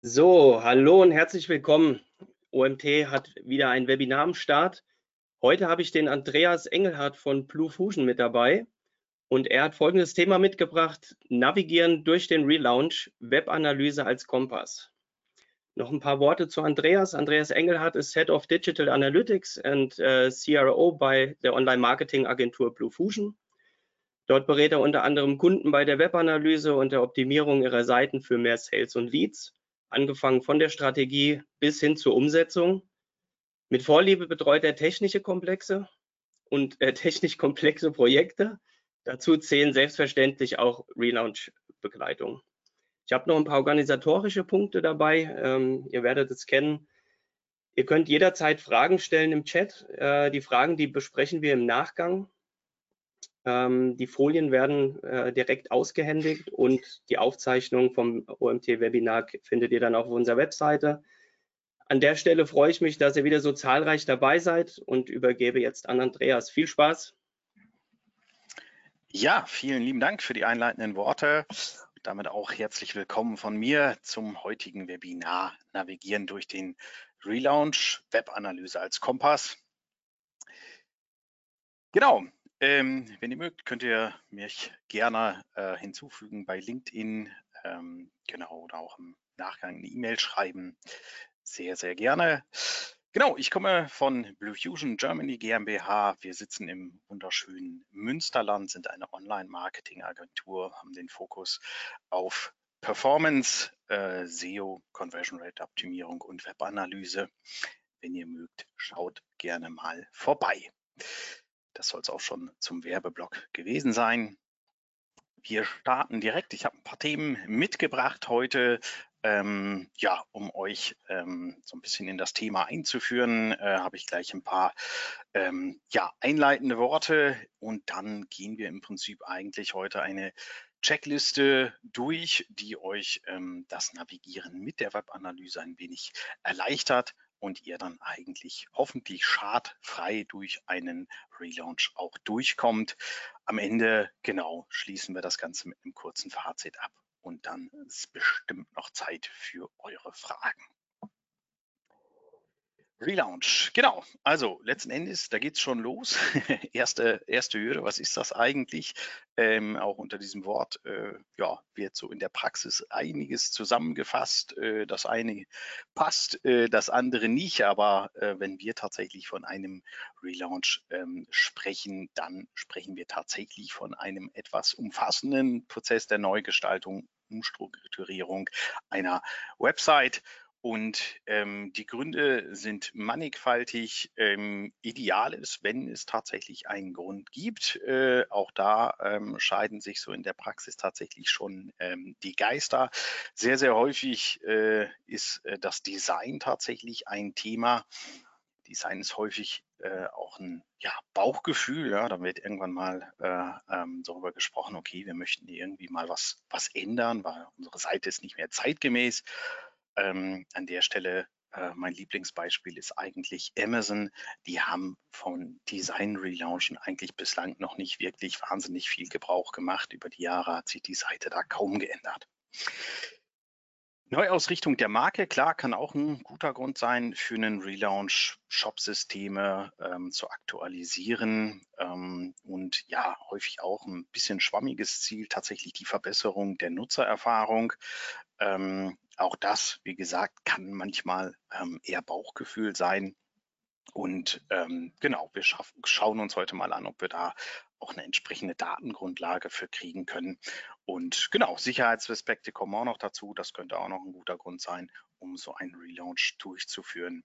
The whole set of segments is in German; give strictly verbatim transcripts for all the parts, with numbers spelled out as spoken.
So, hallo und herzlich willkommen. O M T hat wieder ein Webinar am Start. Heute habe ich den Andreas Engelhardt von Bluefusion mit dabei und er hat folgendes Thema mitgebracht: Navigieren durch den Relaunch, Webanalyse als Kompass. Noch ein paar Worte zu Andreas. Andreas Engelhardt ist Head of Digital Analytics and äh, C R O bei der Online-Marketing-Agentur Bluefusion. Dort berät er unter anderem Kunden bei der Webanalyse und der Optimierung ihrer Seiten für mehr Sales und Leads, angefangen von der Strategie bis hin zur Umsetzung. Mit Vorliebe betreut er technische Komplexe und äh, technisch komplexe Projekte. Dazu zählen selbstverständlich auch Relaunch-Begleitung. Ich habe noch ein paar organisatorische Punkte dabei. Ähm, ihr werdet es kennen. Ihr könnt jederzeit Fragen stellen im Chat. Äh, die Fragen, die besprechen wir im Nachgang. Ähm, die Folien werden äh, direkt ausgehändigt und die Aufzeichnung vom O M T-Webinar findet ihr dann auch auf unserer Webseite. An der Stelle freue ich mich, dass ihr wieder so zahlreich dabei seid und übergebe jetzt an Andreas. Viel Spaß. Ja, vielen lieben Dank für die einleitenden Worte. Damit auch herzlich willkommen von mir zum heutigen Webinar Navigieren durch den Relaunch, Webanalyse als Kompass. Genau, ähm, wenn ihr mögt, könnt ihr mich gerne äh, hinzufügen bei LinkedIn, ähm, genau, oder auch im Nachgang eine E-Mail schreiben. Sehr, sehr gerne. Genau, ich komme von Bluefusion Germany GmbH. Wir sitzen im wunderschönen Münsterland, sind eine Online-Marketing-Agentur, haben den Fokus auf Performance, äh, S E O, Conversion Rate Optimierung und Webanalyse. Wenn ihr mögt, schaut gerne mal vorbei. Das soll es auch schon zum Werbeblock gewesen sein. Wir starten direkt. Ich habe ein paar Themen mitgebracht heute, ähm, ja, um euch ähm, so ein bisschen in das Thema einzuführen. Äh, habe ich gleich ein paar ähm, ja, einleitende Worte und dann gehen wir im Prinzip eigentlich heute eine Checkliste durch, die euch ähm, das Navigieren mit der Webanalyse ein wenig erleichtert und ihr dann eigentlich hoffentlich schadfrei durch einen Relaunch auch durchkommt. Am Ende, genau, schließen wir das Ganze mit einem kurzen Fazit ab und dann ist bestimmt noch Zeit für eure Fragen. Relaunch, genau. Also letzten Endes, da geht es schon los. erste, erste Hürde, was ist das eigentlich? Ähm, auch unter diesem Wort äh, ja, wird so in der Praxis einiges zusammengefasst. Äh, das eine passt, äh, das andere nicht. Aber äh, wenn wir tatsächlich von einem Relaunch ähm, sprechen, dann sprechen wir tatsächlich von einem etwas umfassenden Prozess der Neugestaltung, Umstrukturierung einer Website. Und ähm, die Gründe sind mannigfaltig. Ähm, ideal ist, wenn es tatsächlich einen Grund gibt. Äh, auch da ähm, scheiden sich so in der Praxis tatsächlich schon ähm, die Geister. Sehr, sehr häufig äh, ist äh, das Design tatsächlich ein Thema. Design ist häufig äh, auch ein ja, Bauchgefühl. Ja, da wird irgendwann mal äh, ähm, darüber gesprochen, okay, wir möchten irgendwie mal was, was ändern, weil unsere Seite ist nicht mehr zeitgemäß. Ähm, an der Stelle, äh, mein Lieblingsbeispiel ist eigentlich Amazon. Die haben von Design Relaunchen eigentlich bislang noch nicht wirklich wahnsinnig viel Gebrauch gemacht. Über die Jahre hat sich die Seite da kaum geändert. Neuausrichtung der Marke, klar, kann auch ein guter Grund sein für einen Relaunch, Shop-Systeme ähm, zu aktualisieren ähm, und ja, häufig auch ein bisschen schwammiges Ziel, tatsächlich die Verbesserung der Nutzererfahrung. Ähm, auch das, wie gesagt, kann manchmal ähm, eher Bauchgefühl sein. Und ähm, genau, wir schauen uns heute mal an, ob wir da auch eine entsprechende Datengrundlage für kriegen können. Und genau, Sicherheitsaspekte kommen auch noch dazu. Das könnte auch noch ein guter Grund sein, um so einen Relaunch durchzuführen.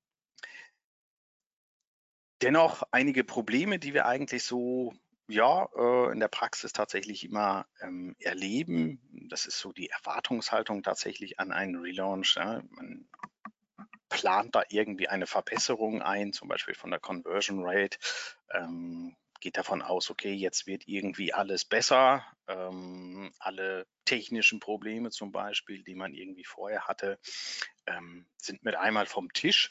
Dennoch einige Probleme, die wir eigentlich so ja, äh, in der Praxis tatsächlich immer ähm, erleben. Das ist so die Erwartungshaltung tatsächlich an einen Relaunch. Ja. Man plant da irgendwie eine Verbesserung ein, zum Beispiel von der Conversion Rate, ähm, geht davon aus, okay, jetzt wird irgendwie alles besser, ähm, alle technischen Probleme zum Beispiel, die man irgendwie vorher hatte, ähm, sind mit einmal vom Tisch.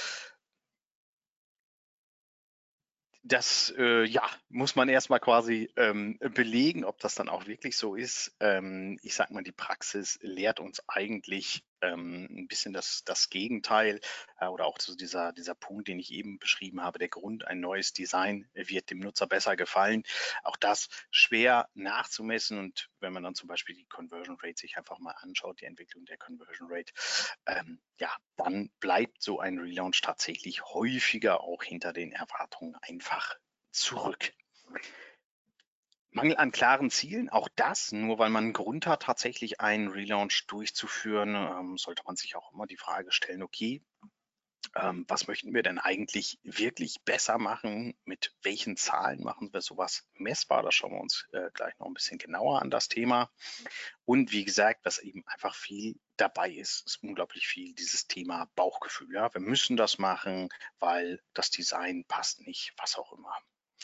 Das äh, ja, muss man erstmal quasi ähm, belegen, ob das dann auch wirklich so ist. Ähm, ich sag mal, die Praxis lehrt uns eigentlich ähm, ein bisschen das, das Gegenteil äh, oder auch so dieser, dieser Punkt, den ich eben beschrieben habe, der Grund, ein neues Design wird dem Nutzer besser gefallen. Auch das schwer nachzumessen, und wenn man dann zum Beispiel die Conversion Rate sich einfach mal anschaut, die Entwicklung der Conversion Rate, ähm, ja, dann bleibt so ein Relaunch tatsächlich häufiger auch hinter den Erwartungen einfach zurück. Mangel an klaren Zielen, auch das, nur weil man einen Grund hat, tatsächlich einen Relaunch durchzuführen, ähm, sollte man sich auch immer die Frage stellen, okay, ähm, was möchten wir denn eigentlich wirklich besser machen? Mit welchen Zahlen machen wir sowas messbar? Da schauen wir uns äh, gleich noch ein bisschen genauer an das Thema. Und wie gesagt, was eben einfach viel dabei ist, ist unglaublich viel dieses Thema Bauchgefühl. Ja, wir müssen das machen, weil das Design passt nicht, was auch immer.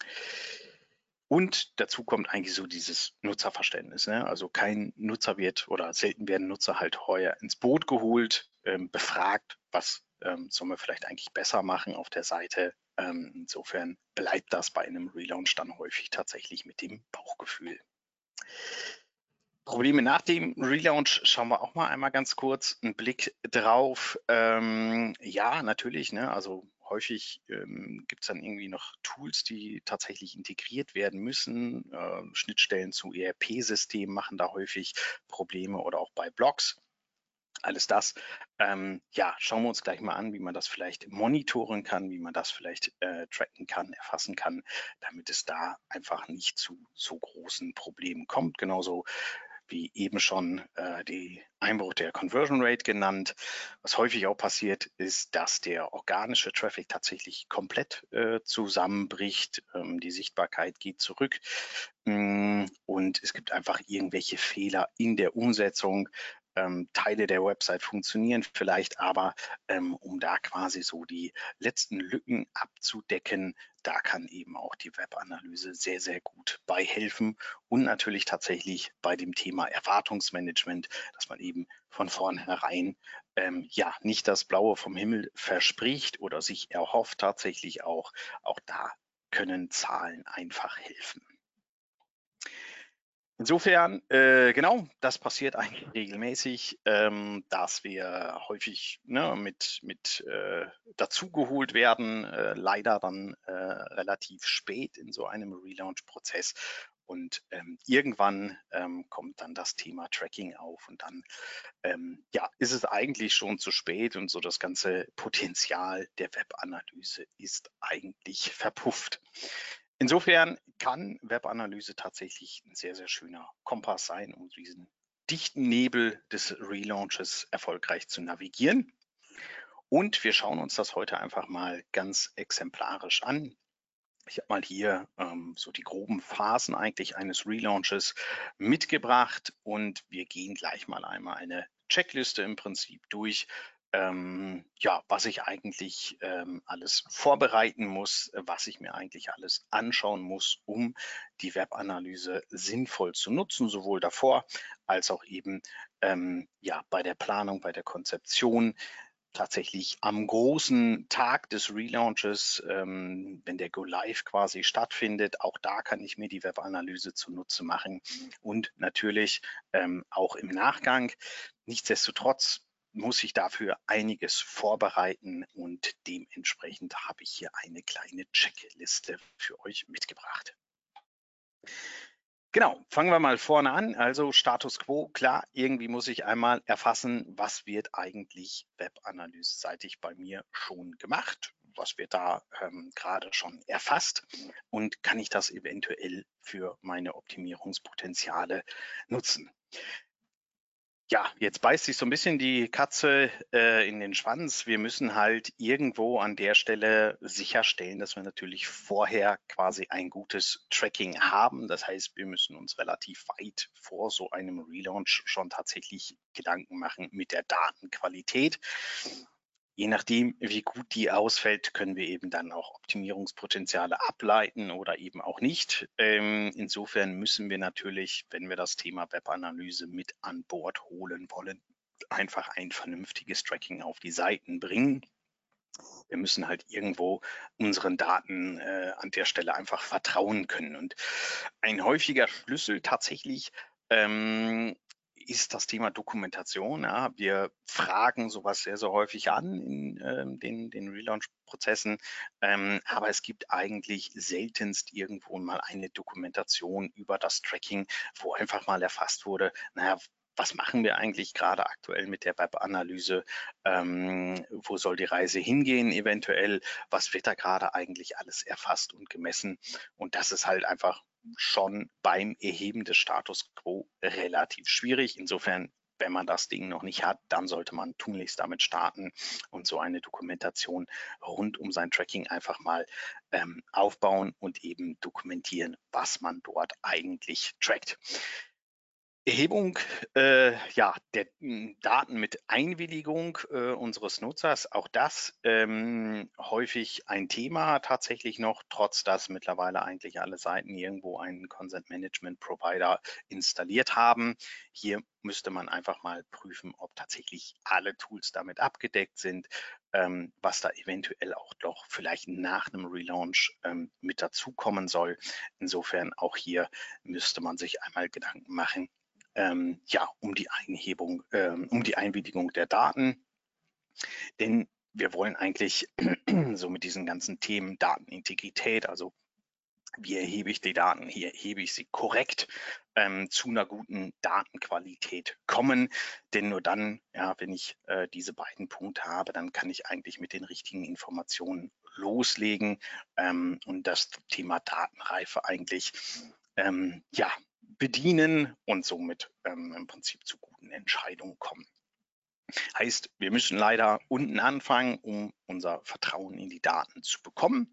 Und dazu kommt eigentlich so dieses Nutzerverständnis. Ne? Also kein Nutzer wird oder selten werden Nutzer halt heuer ins Boot geholt, ähm, befragt, was ähm, sollen wir vielleicht eigentlich besser machen auf der Seite. Ähm, insofern bleibt das bei einem Relaunch dann häufig tatsächlich mit dem Bauchgefühl. Probleme nach dem Relaunch schauen wir auch mal einmal ganz kurz einen Blick drauf. Ähm, ja, natürlich, ne? Also häufig ähm, gibt es dann irgendwie noch Tools, die tatsächlich integriert werden müssen. Äh, Schnittstellen zu E R P-Systemen machen da häufig Probleme oder auch bei Blogs. Alles das, ähm, ja, schauen wir uns gleich mal an, wie man das vielleicht monitoren kann, wie man das vielleicht äh, tracken kann, erfassen kann, damit es da einfach nicht zu so großen Problemen kommt. Genauso wie eben schon äh, die Einbruch der Conversion Rate genannt. Was häufig auch passiert, ist, dass der organische Traffic tatsächlich komplett äh, zusammenbricht. Ähm, die Sichtbarkeit geht zurück mm, und es gibt einfach irgendwelche Fehler in der Umsetzung. Ähm, Teile der Website funktionieren vielleicht, aber ähm, um da quasi so die letzten Lücken abzudecken, da kann eben auch die Webanalyse sehr, sehr gut bei helfen. Und natürlich tatsächlich bei dem Thema Erwartungsmanagement, dass man eben von vornherein ähm, ja nicht das Blaue vom Himmel verspricht oder sich erhofft tatsächlich auch. Auch da können Zahlen einfach helfen. Insofern, äh, genau, das passiert eigentlich regelmäßig, ähm, dass wir häufig ne, mit, mit äh, dazugeholt werden, äh, leider dann äh, relativ spät in so einem Relaunch-Prozess. Und ähm, irgendwann ähm, kommt dann das Thema Tracking auf und dann ähm, ja, ist es eigentlich schon zu spät und so das ganze Potenzial der Webanalyse ist eigentlich verpufft. Insofern kann Webanalyse tatsächlich ein sehr, sehr schöner Kompass sein, um diesen dichten Nebel des Relaunches erfolgreich zu navigieren. Und wir schauen uns das heute einfach mal ganz exemplarisch an. Ich habe mal hier ähm, so die groben Phasen eigentlich eines Relaunches mitgebracht und wir gehen gleich mal einmal eine Checkliste im Prinzip durch, ähm, ja, was ich eigentlich ähm, alles vorbereiten muss, was ich mir eigentlich alles anschauen muss, um die Webanalyse sinnvoll zu nutzen, sowohl davor als auch eben ähm, ja, bei der Planung, bei der Konzeption. Tatsächlich am großen Tag des Relaunches, ähm, wenn der Go Live quasi stattfindet, auch da kann ich mir die Webanalyse zunutze machen und natürlich ähm, auch im Nachgang. Nichtsdestotrotz muss ich dafür einiges vorbereiten und dementsprechend habe ich hier eine kleine Checkliste für euch mitgebracht. Genau, fangen wir mal vorne an. Also Status Quo, klar, irgendwie muss ich einmal erfassen, was wird eigentlich Webanalyse-seitig bei mir schon gemacht, was wird da ähm, gerade schon erfasst und kann ich das eventuell für meine Optimierungspotenziale nutzen. Ja, jetzt beißt sich so ein bisschen die Katze äh, in den Schwanz. Wir müssen halt irgendwo an der Stelle sicherstellen, dass wir natürlich vorher quasi ein gutes Tracking haben. Das heißt, wir müssen uns relativ weit vor so einem Relaunch schon tatsächlich Gedanken machen mit der Datenqualität. Je nachdem, wie gut die ausfällt, können wir eben dann auch Optimierungspotenziale ableiten oder eben auch nicht. Ähm, insofern müssen wir natürlich, wenn wir das Thema Webanalyse mit an Bord holen wollen, einfach ein vernünftiges Tracking auf die Seiten bringen. Wir müssen halt irgendwo unseren Daten äh, an der Stelle einfach vertrauen können. Und ein häufiger Schlüssel tatsächlich ähm, ist das Thema Dokumentation. Ja. Wir fragen sowas sehr, sehr häufig an in ähm, den, den Relaunch-Prozessen, ähm, aber es gibt eigentlich seltenst irgendwo mal eine Dokumentation über das Tracking, wo einfach mal erfasst wurde, naja, was machen wir eigentlich gerade aktuell mit der Web-Analyse? Ähm, wo soll die Reise hingehen eventuell? Was wird da gerade eigentlich alles erfasst und gemessen? Und das ist halt einfach schon beim Erheben des Status Quo relativ schwierig. Insofern, wenn man das Ding noch nicht hat, dann sollte man tunlichst damit starten und so eine Dokumentation rund um sein Tracking einfach mal ähm, aufbauen und eben dokumentieren, was man dort eigentlich trackt. Erhebung äh, ja, der m, Daten mit Einwilligung äh, unseres Nutzers, auch das ähm, häufig ein Thema tatsächlich noch, trotz dass mittlerweile eigentlich alle Seiten irgendwo einen Consent Management Provider installiert haben. Hier müsste man einfach mal prüfen, ob tatsächlich alle Tools damit abgedeckt sind, ähm, was da eventuell auch doch vielleicht nach einem Relaunch ähm, mit dazukommen soll. Insofern auch hier müsste man sich einmal Gedanken machen, ähm, ja, um die Einhebung, ähm, um die Einwilligung der Daten. Denn wir wollen eigentlich so mit diesen ganzen Themen Datenintegrität, also wie erhebe ich die Daten, hier erhebe ich sie korrekt, ähm, zu einer guten Datenqualität kommen. Denn nur dann, ja, wenn ich äh, diese beiden Punkte habe, dann kann ich eigentlich mit den richtigen Informationen loslegen ähm, und das Thema Datenreife eigentlich ähm, ja, bedienen und somit ähm, im Prinzip zu guten Entscheidungen kommen. Heißt, wir müssen leider unten anfangen, um unser Vertrauen in die Daten zu bekommen.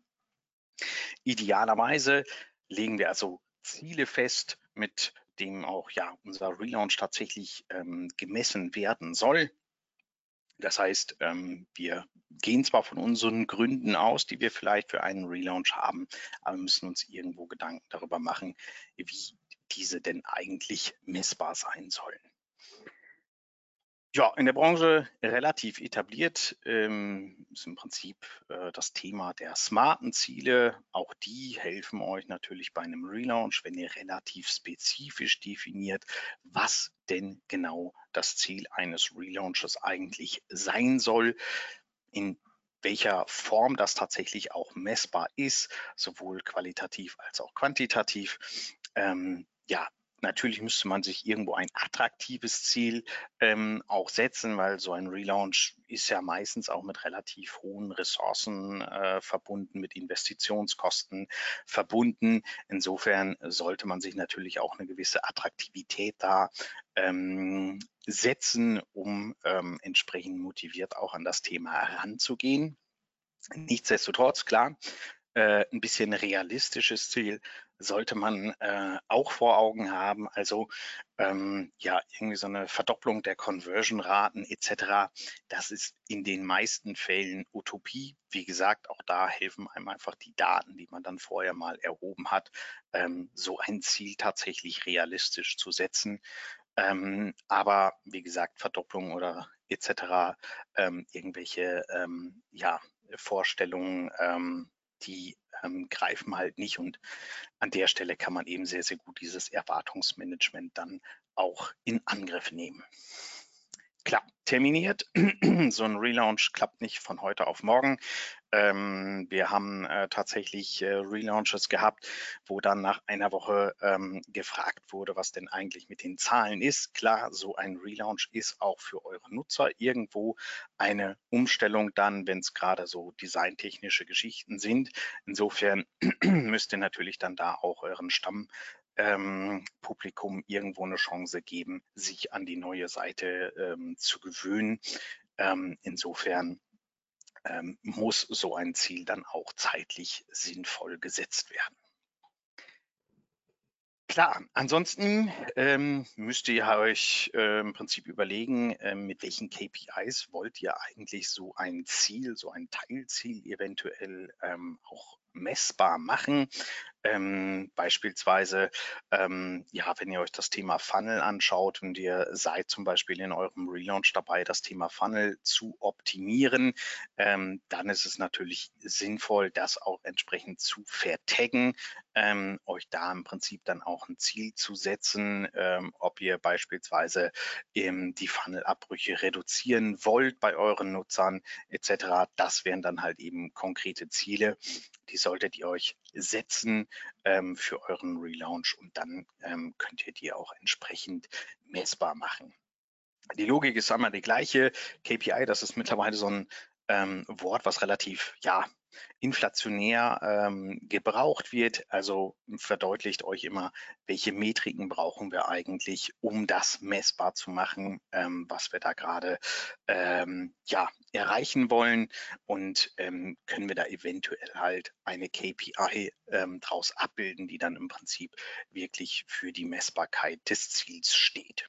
Idealerweise legen wir also Ziele fest, mit dem auch ja unser Relaunch tatsächlich ähm, gemessen werden soll. Das heißt, ähm, wir gehen zwar von unseren Gründen aus, die wir vielleicht für einen Relaunch haben, aber müssen uns irgendwo Gedanken darüber machen, wie diese denn eigentlich messbar sein sollen. Ja, in der Branche relativ etabliert ähm, ist im Prinzip äh, das Thema der smarten Ziele. Auch die helfen euch natürlich bei einem Relaunch, wenn ihr relativ spezifisch definiert, was denn genau das Ziel eines Relaunches eigentlich sein soll, in welcher Form das tatsächlich auch messbar ist, sowohl qualitativ als auch quantitativ. Ähm, ja, natürlich müsste man sich irgendwo ein attraktives Ziel ähm, auch setzen, weil so ein Relaunch ist ja meistens auch mit relativ hohen Ressourcen äh, verbunden, mit Investitionskosten verbunden. Insofern sollte man sich natürlich auch eine gewisse Attraktivität da ähm, setzen, um ähm, entsprechend motiviert auch an das Thema heranzugehen. Nichtsdestotrotz, klar, äh, ein bisschen realistisches Ziel sollte man äh, auch vor Augen haben. Also ähm, ja, irgendwie so eine Verdopplung der Conversion-Raten et cetera. Das ist in den meisten Fällen Utopie. Wie gesagt, auch da helfen einem einfach die Daten, die man dann vorher mal erhoben hat, ähm, so ein Ziel tatsächlich realistisch zu setzen. Ähm, aber wie gesagt, Verdopplung oder et cetera, ähm, irgendwelche ähm, ja, Vorstellungen, ähm, die ähm, greifen halt nicht. Und an der Stelle kann man eben sehr, sehr gut dieses Erwartungsmanagement dann auch in Angriff nehmen. Klar, terminiert. So ein Relaunch klappt nicht von heute auf morgen. Ähm, wir haben äh, tatsächlich äh, Relaunches gehabt, wo dann nach einer Woche ähm, gefragt wurde, was denn eigentlich mit den Zahlen ist. Klar, so ein Relaunch ist auch für eure Nutzer irgendwo eine Umstellung dann, wenn es gerade so designtechnische Geschichten sind. Insofern müsst ihr natürlich dann da auch euren Stamm ähm, Publikum irgendwo eine Chance geben, sich an die neue Seite ähm, zu gewöhnen. Ähm, insofern ähm, muss so ein Ziel dann auch zeitlich sinnvoll gesetzt werden. Klar, ansonsten ähm, müsst ihr euch äh, im Prinzip überlegen, äh, mit welchen K P Is wollt ihr eigentlich so ein Ziel, so ein Teilziel eventuell ähm, auch messbar machen. Ähm, beispielsweise, ähm, ja, wenn ihr euch das Thema Funnel anschaut und ihr seid zum Beispiel in eurem Relaunch dabei, das Thema Funnel zu optimieren, ähm, dann ist es natürlich sinnvoll, das auch entsprechend zu vertaggen, ähm, euch da im Prinzip dann auch ein Ziel zu setzen, ähm, ob ihr beispielsweise ähm, die Funnelabbrüche reduzieren wollt bei euren Nutzern et cetera. Das wären dann halt eben konkrete Ziele, die solltet ihr euch setzen ähm, für euren Relaunch und dann ähm, könnt ihr die auch entsprechend messbar machen. Die Logik ist einmal die gleiche. K P I, das ist mittlerweile so ein ähm, Wort, was relativ ja inflationär ähm, gebraucht wird. Also verdeutlicht euch immer, welche Metriken brauchen wir eigentlich, um das messbar zu machen, ähm, was wir da gerade ähm, ja erreichen wollen, und ähm, können wir da eventuell halt eine K P I ähm, draus abbilden, die dann im Prinzip wirklich für die Messbarkeit des Ziels steht.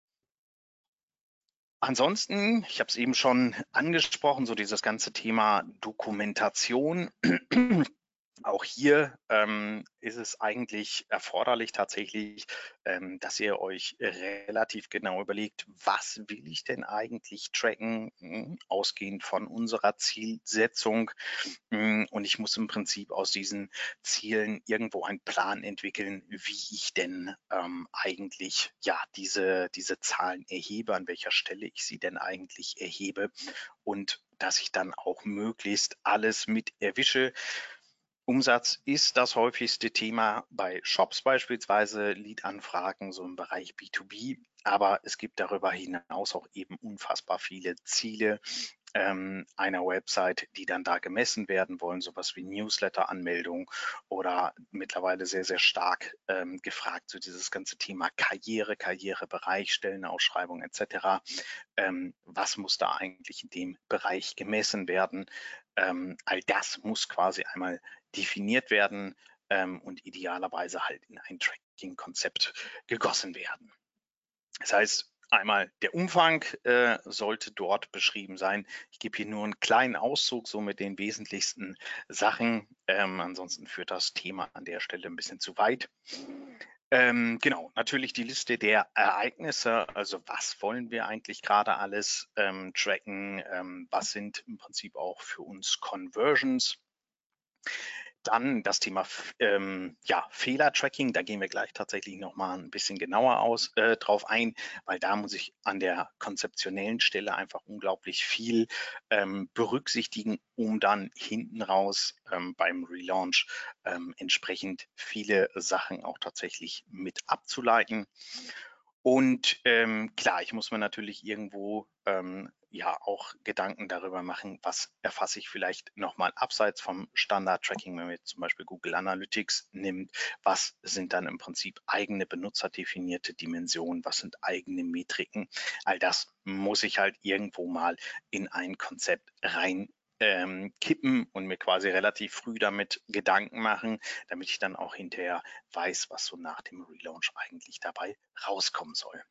Ansonsten, ich habe es eben schon angesprochen, so dieses ganze Thema Dokumentation. Auch hier ähm, ist es eigentlich erforderlich tatsächlich, ähm, dass ihr euch relativ genau überlegt, was will ich denn eigentlich tracken, mh, ausgehend von unserer Zielsetzung. Mh, und ich muss im Prinzip aus diesen Zielen irgendwo einen Plan entwickeln, wie ich denn ähm, eigentlich ja diese, diese Zahlen erhebe, an welcher Stelle ich sie denn eigentlich erhebe, und dass ich dann auch möglichst alles mit erwische. Umsatz ist das häufigste Thema bei Shops beispielsweise, Lead-Anfragen so im Bereich B zwei B, aber es gibt darüber hinaus auch eben unfassbar viele Ziele ähm, einer Website, die dann da gemessen werden wollen, sowas wie Newsletter-Anmeldung oder mittlerweile sehr, sehr stark ähm, gefragt, so dieses ganze Thema Karriere, Karrierebereich, Stellenausschreibung et cetera. Ähm, was muss da eigentlich in dem Bereich gemessen werden? Ähm, all das muss quasi einmal definiert werden ähm, und idealerweise halt in ein Tracking-Konzept gegossen werden. Das heißt, einmal der Umfang äh, sollte dort beschrieben sein. Ich gebe hier nur einen kleinen Auszug, so mit den wesentlichsten Sachen. Ähm, ansonsten führt das Thema an der Stelle ein bisschen zu weit. Ähm, genau, natürlich die Liste der Ereignisse, also was wollen wir eigentlich gerade alles ähm, tracken, ähm, was sind im Prinzip auch für uns Conversions. Dann das Thema ähm, ja, Fehler-Tracking, da gehen wir gleich tatsächlich nochmal ein bisschen genauer aus, äh, drauf ein, weil da muss ich an der konzeptionellen Stelle einfach unglaublich viel ähm, berücksichtigen, um dann hinten raus ähm, beim Relaunch ähm, entsprechend viele Sachen auch tatsächlich mit abzuleiten. Und ähm, klar, ich muss mir natürlich irgendwo ähm, ja auch Gedanken darüber machen, was erfasse ich vielleicht nochmal abseits vom Standard-Tracking, wenn man jetzt zum Beispiel Google Analytics nimmt, was sind dann im Prinzip eigene benutzerdefinierte Dimensionen, was sind eigene Metriken. All das muss ich halt irgendwo mal in ein Konzept rein ähm, kippen und mir quasi relativ früh damit Gedanken machen, damit ich dann auch hinterher weiß, was so nach dem Relaunch eigentlich dabei rauskommen soll.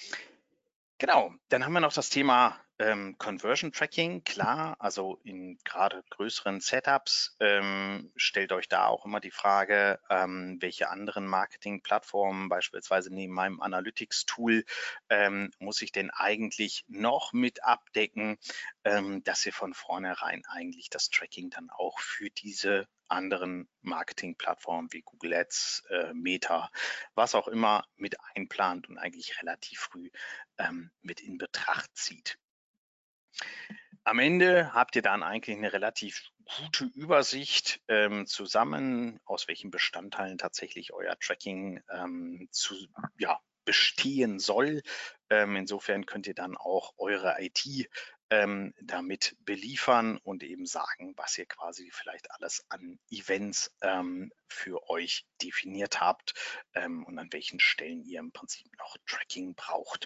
Genau, dann haben wir noch das Thema ähm, Conversion Tracking. Klar, also in gerade größeren Setups ähm, stellt euch da auch immer die Frage, ähm, welche anderen Marketing-Plattformen, beispielsweise neben meinem Analytics-Tool, ähm, muss ich denn eigentlich noch mit abdecken, ähm, dass ihr von vornherein eigentlich das Tracking dann auch für diese anderen Marketing-Plattformen wie Google Ads, äh, Meta, was auch immer mit einplant und eigentlich relativ früh ähm, mit in Betracht zieht. Am Ende habt ihr dann eigentlich eine relativ gute Übersicht ähm, zusammen, aus welchen Bestandteilen tatsächlich euer Tracking ähm, zu, ja, bestehen soll. Ähm, insofern könnt ihr dann auch eure I T ähm, damit beliefern und eben sagen, was ihr quasi vielleicht alles an Events ähm, für euch definiert habt ähm, und an welchen Stellen ihr im Prinzip noch Tracking braucht.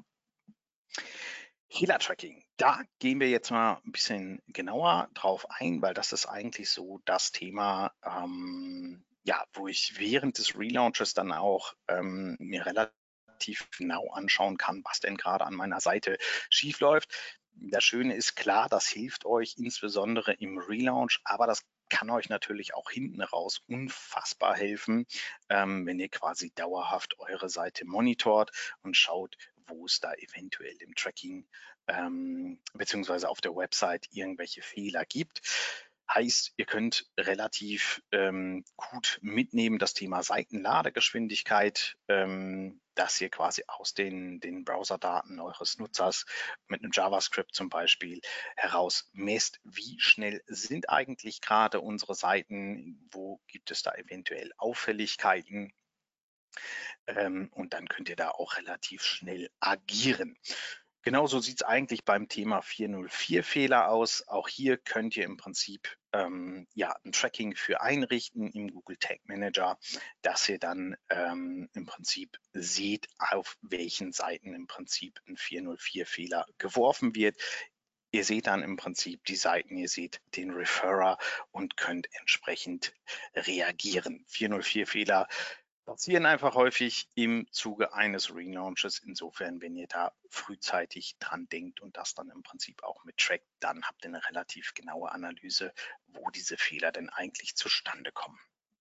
Fehler-Tracking, da gehen wir jetzt mal ein bisschen genauer drauf ein, weil das ist eigentlich so das Thema, ähm, ja, wo ich während des Relaunches dann auch ähm, mir relativ genau anschauen kann, was denn gerade an meiner Seite schief läuft. Das Schöne ist, klar, das hilft euch insbesondere im Relaunch, aber das kann euch natürlich auch hinten raus unfassbar helfen, ähm, wenn ihr quasi dauerhaft eure Seite monitort und schaut, wo es da eventuell im Tracking ähm, beziehungsweise auf der Website irgendwelche Fehler gibt. Heißt, ihr könnt relativ ähm, gut mitnehmen das Thema Seitenladegeschwindigkeit, ähm, dass ihr quasi aus den, den Browserdaten eures Nutzers mit einem JavaScript zum Beispiel heraus messt, wie schnell sind eigentlich gerade unsere Seiten, wo gibt es da eventuell Auffälligkeiten. Ähm, und dann könnt ihr da auch relativ schnell agieren. Genauso sieht es eigentlich beim Thema vierhundertvier-Fehler aus. Auch hier könnt ihr im Prinzip ähm, ja, ein Tracking für einrichten im Google Tag Manager, dass ihr dann ähm, im Prinzip seht, auf welchen Seiten im Prinzip ein vierhundertvier-Fehler geworfen wird. Ihr seht dann im Prinzip die Seiten, ihr seht den Referrer und könnt entsprechend reagieren. vierhundertvier-Fehler passieren einfach häufig im Zuge eines Relaunches. Insofern, wenn ihr da frühzeitig dran denkt und das dann im Prinzip auch mit trackt, dann habt ihr eine relativ genaue Analyse, wo diese Fehler denn eigentlich zustande kommen.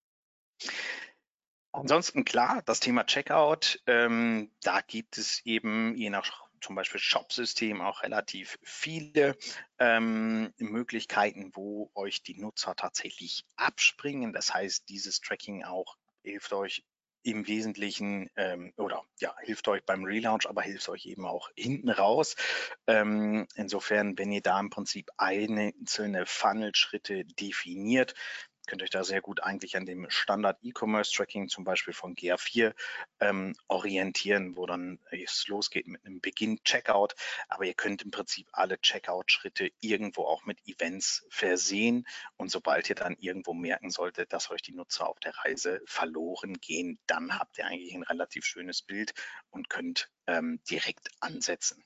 Ansonsten klar, das Thema Checkout, ähm, da gibt es eben je nach zum Beispiel Shop-System auch relativ viele ähm, Möglichkeiten, wo euch die Nutzer tatsächlich abspringen. Das heißt, dieses Tracking auch hilft euch im Wesentlichen ähm, oder ja, hilft euch beim Relaunch, aber hilft euch eben auch hinten raus. Ähm, insofern, wenn ihr da im Prinzip einzelne Funnel-Schritte definiert, könnt euch da sehr gut eigentlich an dem Standard E-Commerce Tracking zum Beispiel von G A vier ähm, orientieren, wo dann es losgeht mit einem Beginn Checkout. Aber ihr könnt im Prinzip alle Checkout-Schritte irgendwo auch mit Events versehen. Und sobald ihr dann irgendwo merken solltet, dass euch die Nutzer auf der Reise verloren gehen, dann habt ihr eigentlich ein relativ schönes Bild und könnt ähm, direkt ansetzen.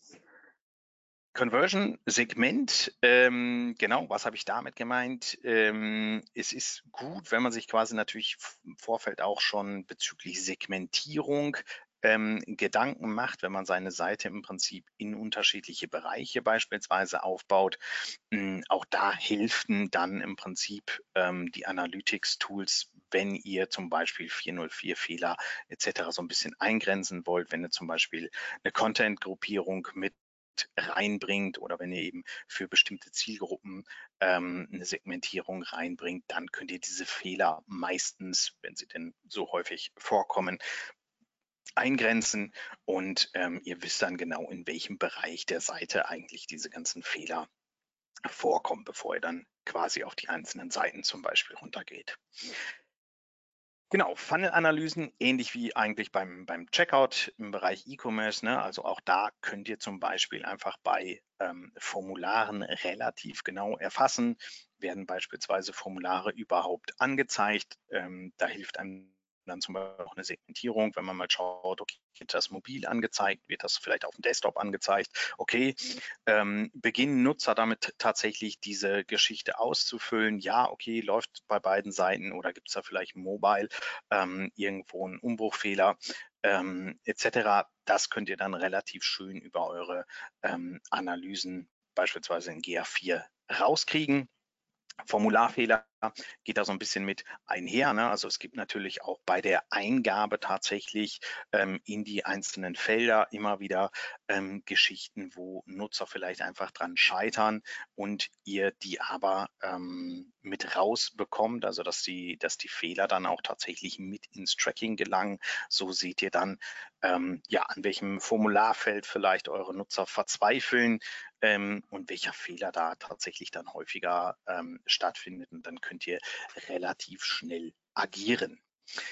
Conversion-Segment, ähm, genau, was habe ich damit gemeint? Ähm, es ist gut, wenn man sich quasi natürlich im Vorfeld auch schon bezüglich Segmentierung ähm, Gedanken macht, wenn man seine Seite im Prinzip in unterschiedliche Bereiche beispielsweise aufbaut. Ähm, auch da helfen dann im Prinzip ähm, die Analytics-Tools, wenn ihr zum Beispiel vierhundertvier-Fehler et cetera so ein bisschen eingrenzen wollt, wenn ihr zum Beispiel eine Content-Gruppierung mit reinbringt oder wenn ihr eben für bestimmte Zielgruppen ähm, eine Segmentierung reinbringt, dann könnt ihr diese Fehler meistens, wenn sie denn so häufig vorkommen, eingrenzen und ähm, ihr wisst dann genau, in welchem Bereich der Seite eigentlich diese ganzen Fehler vorkommen, bevor ihr dann quasi auf die einzelnen Seiten zum Beispiel runtergeht. Genau, Funnel-Analysen, ähnlich wie eigentlich beim, beim Checkout im Bereich E-Commerce. Ne? Also auch da könnt ihr zum Beispiel einfach bei ähm, Formularen relativ genau erfassen, werden beispielsweise Formulare überhaupt angezeigt. Ähm, da hilft einem dann zum Beispiel auch eine Segmentierung, wenn man mal schaut, okay, wird das mobil angezeigt, wird das vielleicht auf dem Desktop angezeigt, okay, ähm, beginnen Nutzer damit tatsächlich diese Geschichte auszufüllen, ja, okay, läuft bei beiden Seiten oder gibt es da vielleicht mobile ähm, irgendwo einen Umbruchfehler ähm, et cetera. Das könnt ihr dann relativ schön über eure ähm, Analysen beispielsweise in G A vier rauskriegen. Formularfehler geht da so ein bisschen mit einher. Ne? Also es gibt natürlich auch bei der Eingabe tatsächlich ähm, in die einzelnen Felder immer wieder ähm, Geschichten, wo Nutzer vielleicht einfach dran scheitern und ihr die aber ähm, mit rausbekommt, also dass die, dass die Fehler dann auch tatsächlich mit ins Tracking gelangen. So seht ihr dann, ähm, ja, an welchem Formularfeld vielleicht eure Nutzer verzweifeln, ähm, und welcher Fehler da tatsächlich dann häufiger ähm, stattfindet. Und dann könnt ihr relativ schnell agieren.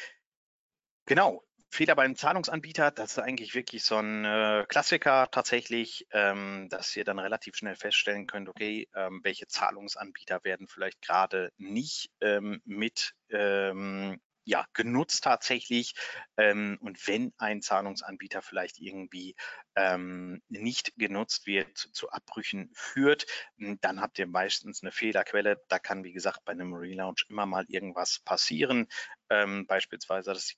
Genau, Fehler beim Zahlungsanbieter, das ist eigentlich wirklich so ein äh, Klassiker tatsächlich, ähm, dass ihr dann relativ schnell feststellen könnt, okay, ähm, welche Zahlungsanbieter werden vielleicht gerade nicht ähm, mit ähm, ja, genutzt tatsächlich. Ähm, und wenn ein Zahlungsanbieter vielleicht irgendwie ähm, nicht genutzt wird, zu Abbrüchen führt, dann habt ihr meistens eine Fehlerquelle. Da kann, wie gesagt, bei einem Relaunch immer mal irgendwas passieren. Ähm, beispielsweise, dass die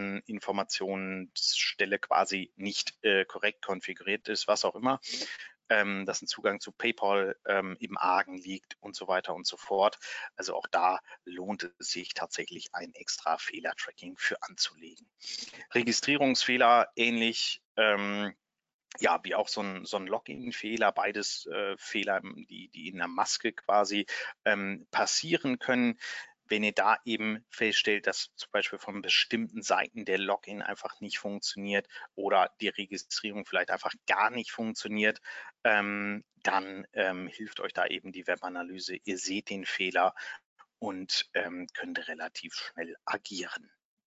Kreditkarteninformationsstelle quasi nicht äh, korrekt konfiguriert ist, was auch immer. ähm, dass ein Zugang zu PayPal ähm, im Argen liegt und so weiter und so fort. Also auch da lohnt es sich tatsächlich ein extra Fehlertracking für anzulegen. Registrierungsfehler ähnlich. Ähm, ja, wie auch so ein, so ein Login-Fehler, beides äh, Fehler, die, die in der Maske quasi ähm, passieren können. Wenn ihr da eben feststellt, dass zum Beispiel von bestimmten Seiten der Login einfach nicht funktioniert oder die Registrierung vielleicht einfach gar nicht funktioniert, ähm, dann ähm, hilft euch da eben die Webanalyse. Ihr seht den Fehler und ähm, könnt relativ schnell agieren.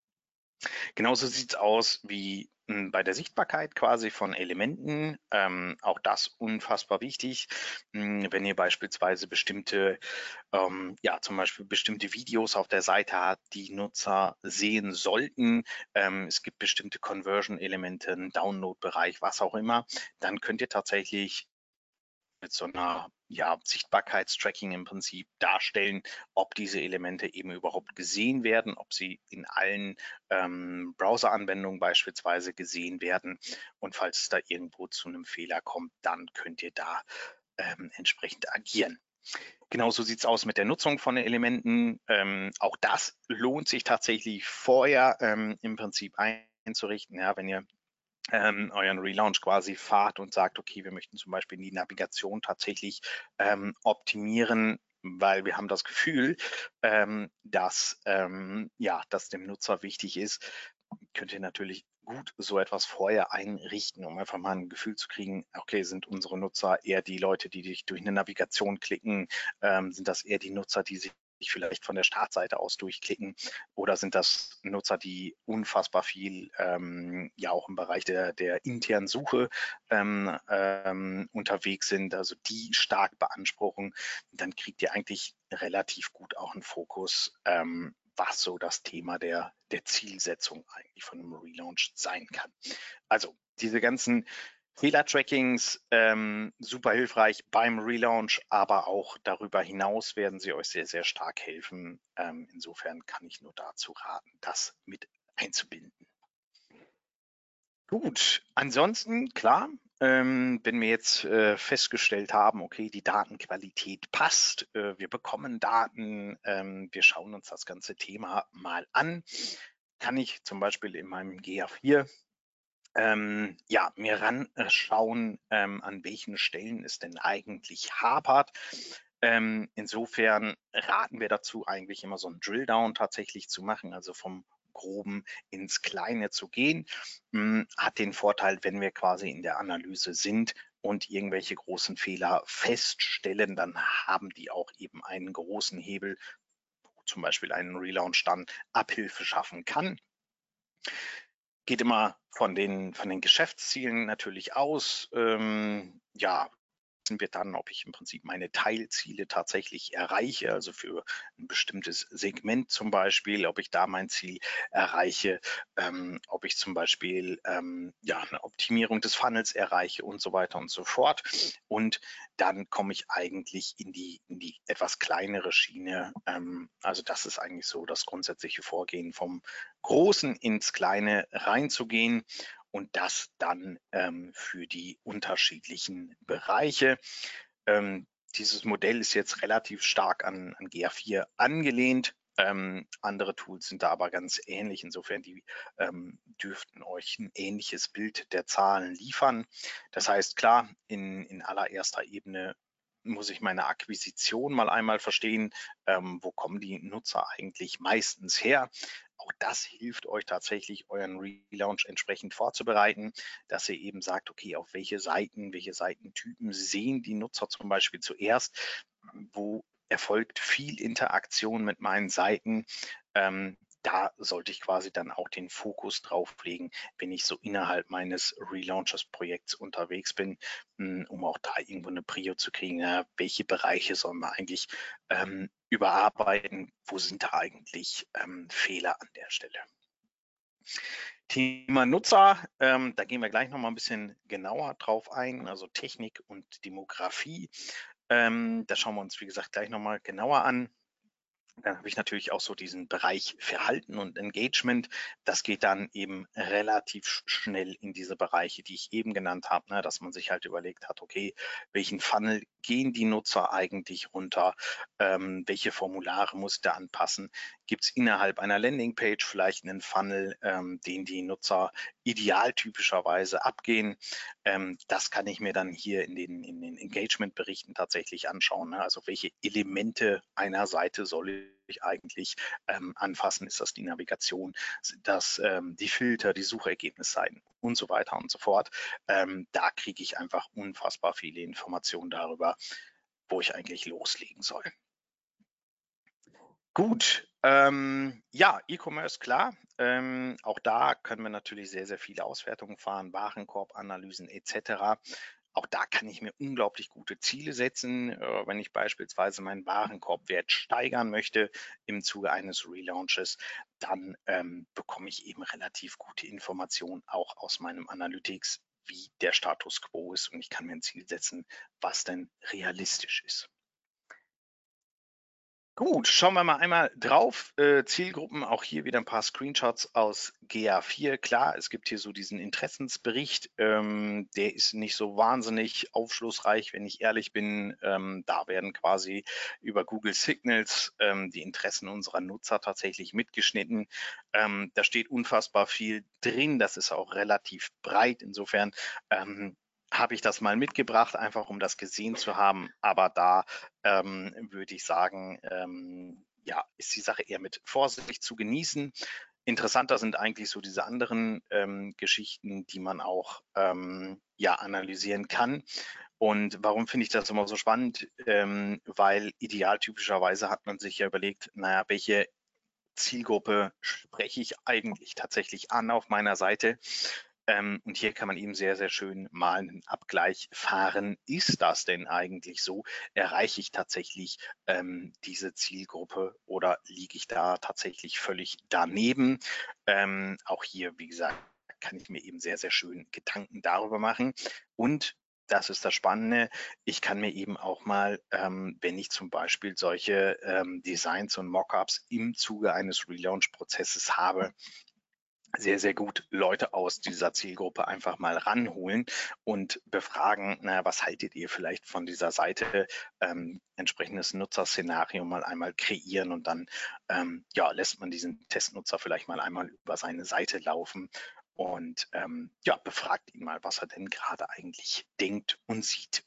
Genauso sieht es aus wie mh, bei der Sichtbarkeit quasi von Elementen. Ähm, auch das unfassbar wichtig. Mh, wenn ihr beispielsweise bestimmte, ähm, ja, zum Beispiel bestimmte Videos auf der Seite habt, die Nutzer sehen sollten. Ähm, es gibt bestimmte Conversion-Elemente, einen Download-Bereich, was auch immer. Dann könnt ihr tatsächlich mit so einer ja, Sichtbarkeitstracking im Prinzip darstellen, ob diese Elemente eben überhaupt gesehen werden, ob sie in allen ähm, Browser-Anwendungen beispielsweise gesehen werden. Und falls es da irgendwo zu einem Fehler kommt, dann könnt ihr da ähm, entsprechend agieren. Genauso sieht es aus mit der Nutzung von Elementen. Ähm, auch das lohnt sich tatsächlich vorher ähm, im Prinzip einzurichten. Ja, wenn ihr ähm, euren Relaunch quasi fahrt und sagt, okay, wir möchten zum Beispiel die Navigation tatsächlich ähm, optimieren, weil wir haben das Gefühl, ähm, dass ähm, ja, das dem Nutzer wichtig ist, könnt ihr natürlich gut so etwas vorher einrichten, um einfach mal ein Gefühl zu kriegen, okay, sind unsere Nutzer eher die Leute, die dich durch eine Navigation klicken, ähm, sind das eher die Nutzer, die sich vielleicht von der Startseite aus durchklicken oder sind das Nutzer, die unfassbar viel ähm, ja auch im Bereich der, der internen Suche ähm, ähm, unterwegs sind, also die stark beanspruchen, dann kriegt ihr eigentlich relativ gut auch einen Fokus, ähm, was so das Thema der, der Zielsetzung eigentlich von einem Relaunch sein kann. Also diese ganzen Fehler-Trackings, ähm, super hilfreich beim Relaunch, aber auch darüber hinaus werden sie euch sehr, sehr stark helfen. Ähm, insofern kann ich nur dazu raten, das mit einzubinden. Gut, ansonsten, klar, ähm, wenn wir jetzt äh, festgestellt haben, okay, die Datenqualität passt, äh, wir bekommen Daten, ähm, wir schauen uns das ganze Thema mal an, kann ich zum Beispiel in meinem G A vier ähm, ja, mir ranschauen, ähm, an welchen Stellen es denn eigentlich hapert. Ähm, insofern raten wir dazu, eigentlich immer so einen Drilldown tatsächlich zu machen, also vom Groben ins Kleine zu gehen. Hm, hat den Vorteil, wenn wir quasi in der Analyse sind und irgendwelche großen Fehler feststellen, dann haben die auch eben einen großen Hebel, wo zum Beispiel einen Relaunch dann Abhilfe schaffen kann. Geht immer von den, von den Geschäftszielen natürlich aus. Ähm, ja, wissen wir dann, ob ich im Prinzip meine Teilziele tatsächlich erreiche, also für ein bestimmtes Segment zum Beispiel, ob ich da mein Ziel erreiche, ähm, ob ich zum Beispiel ähm, ja, eine Optimierung des Funnels erreiche und so weiter und so fort. Und dann komme ich eigentlich in die, in die etwas kleinere Schiene. Ähm, also das ist eigentlich so das grundsätzliche Vorgehen, vom Großen ins Kleine reinzugehen und das dann ähm, für die unterschiedlichen Bereiche. Ähm, dieses Modell ist jetzt relativ stark an, an G A vier angelehnt. Ähm, andere Tools sind da aber ganz ähnlich. Insofern, die ähm, dürften euch ein ähnliches Bild der Zahlen liefern. Das heißt, klar, in, in allererster Ebene muss ich meine Akquisition mal einmal verstehen. Ähm, wo kommen die Nutzer eigentlich meistens her? Auch das hilft euch tatsächlich, euren Relaunch entsprechend vorzubereiten, dass ihr eben sagt, okay, auf welche Seiten, welche Seitentypen sehen die Nutzer zum Beispiel zuerst, wo erfolgt viel Interaktion mit meinen Seiten. Ähm, da sollte ich quasi dann auch den Fokus drauf legen, wenn ich so innerhalb meines Relaunches-Projekts unterwegs bin, um auch da irgendwo eine Prio zu kriegen. Ja, welche Bereiche sollen wir eigentlich ähm, überarbeiten? Wo sind da eigentlich ähm, Fehler an der Stelle? Thema Nutzer, ähm, da gehen wir gleich noch mal ein bisschen genauer drauf ein, also Technik und Demografie. Ähm, da schauen wir uns, wie gesagt, gleich noch mal genauer an. Dann habe ich natürlich auch so diesen Bereich Verhalten und Engagement. Das geht dann eben relativ sch- schnell in diese Bereiche, die ich eben genannt habe, ne, dass man sich halt überlegt hat, okay, welchen Funnel gehen die Nutzer eigentlich runter? Ähm, welche Formulare muss ich da anpassen? Gibt es innerhalb einer Landingpage vielleicht einen Funnel, ähm, den die Nutzer idealtypischerweise abgehen? Ähm, das kann ich mir dann hier in den, in den Engagement-Berichten tatsächlich anschauen. Ne? Also welche Elemente einer Seite soll ich eigentlich ähm, anfassen? Ist das die Navigation, sind das ähm, die Filter, die Suchergebnisseiten und so weiter und so fort? Ähm, da kriege ich einfach unfassbar viele Informationen darüber, wo ich eigentlich loslegen soll. Gut, ähm, ja, E-Commerce, klar. Ähm, auch da können wir natürlich sehr, sehr viele Auswertungen fahren, Warenkorbanalysen et cetera. Auch da kann ich mir unglaublich gute Ziele setzen, äh, wenn ich beispielsweise meinen Warenkorbwert steigern möchte im Zuge eines Relaunches, dann ähm, bekomme ich eben relativ gute Informationen auch aus meinem Analytics, wie der Status quo ist, und ich kann mir ein Ziel setzen, was denn realistisch ist. Gut, schauen wir mal einmal drauf. Äh, Zielgruppen, auch hier wieder ein paar Screenshots aus G A vier. Klar, es gibt hier so diesen Interessensbericht. Ähm, der ist nicht so wahnsinnig aufschlussreich, wenn ich ehrlich bin. Ähm, da werden quasi über Google Signals ähm, die Interessen unserer Nutzer tatsächlich mitgeschnitten. Ähm, da steht unfassbar viel drin. Das ist auch relativ breit. Insofern ähm, habe ich das mal mitgebracht, einfach um das gesehen zu haben. Aber da ähm, würde ich sagen, ähm, ja, ist die Sache eher mit Vorsicht zu genießen. Interessanter sind eigentlich so diese anderen ähm, Geschichten, die man auch ähm, ja, analysieren kann. Und warum finde ich das immer so spannend? Ähm, weil idealtypischerweise hat man sich ja überlegt, naja, welche Zielgruppe spreche ich eigentlich tatsächlich an auf meiner Seite? Ähm, und hier kann man eben sehr, sehr schön mal einen Abgleich fahren. Ist das denn eigentlich so? Erreiche ich tatsächlich ähm, diese Zielgruppe oder liege ich da tatsächlich völlig daneben? Ähm, auch hier, wie gesagt, kann ich mir eben sehr, sehr schön Gedanken darüber machen. Und das ist das Spannende. Ich kann mir eben auch mal, ähm, wenn ich zum Beispiel solche ähm, Designs und Mockups im Zuge eines Relaunch-Prozesses habe, sehr, sehr gut Leute aus dieser Zielgruppe einfach mal ranholen und befragen, naja, was haltet ihr vielleicht von dieser Seite, ähm, entsprechendes Nutzerszenario mal einmal kreieren, und dann ähm, ja, lässt man diesen Testnutzer vielleicht mal einmal über seine Seite laufen und ähm, ja, befragt ihn mal, was er denn gerade eigentlich denkt und sieht.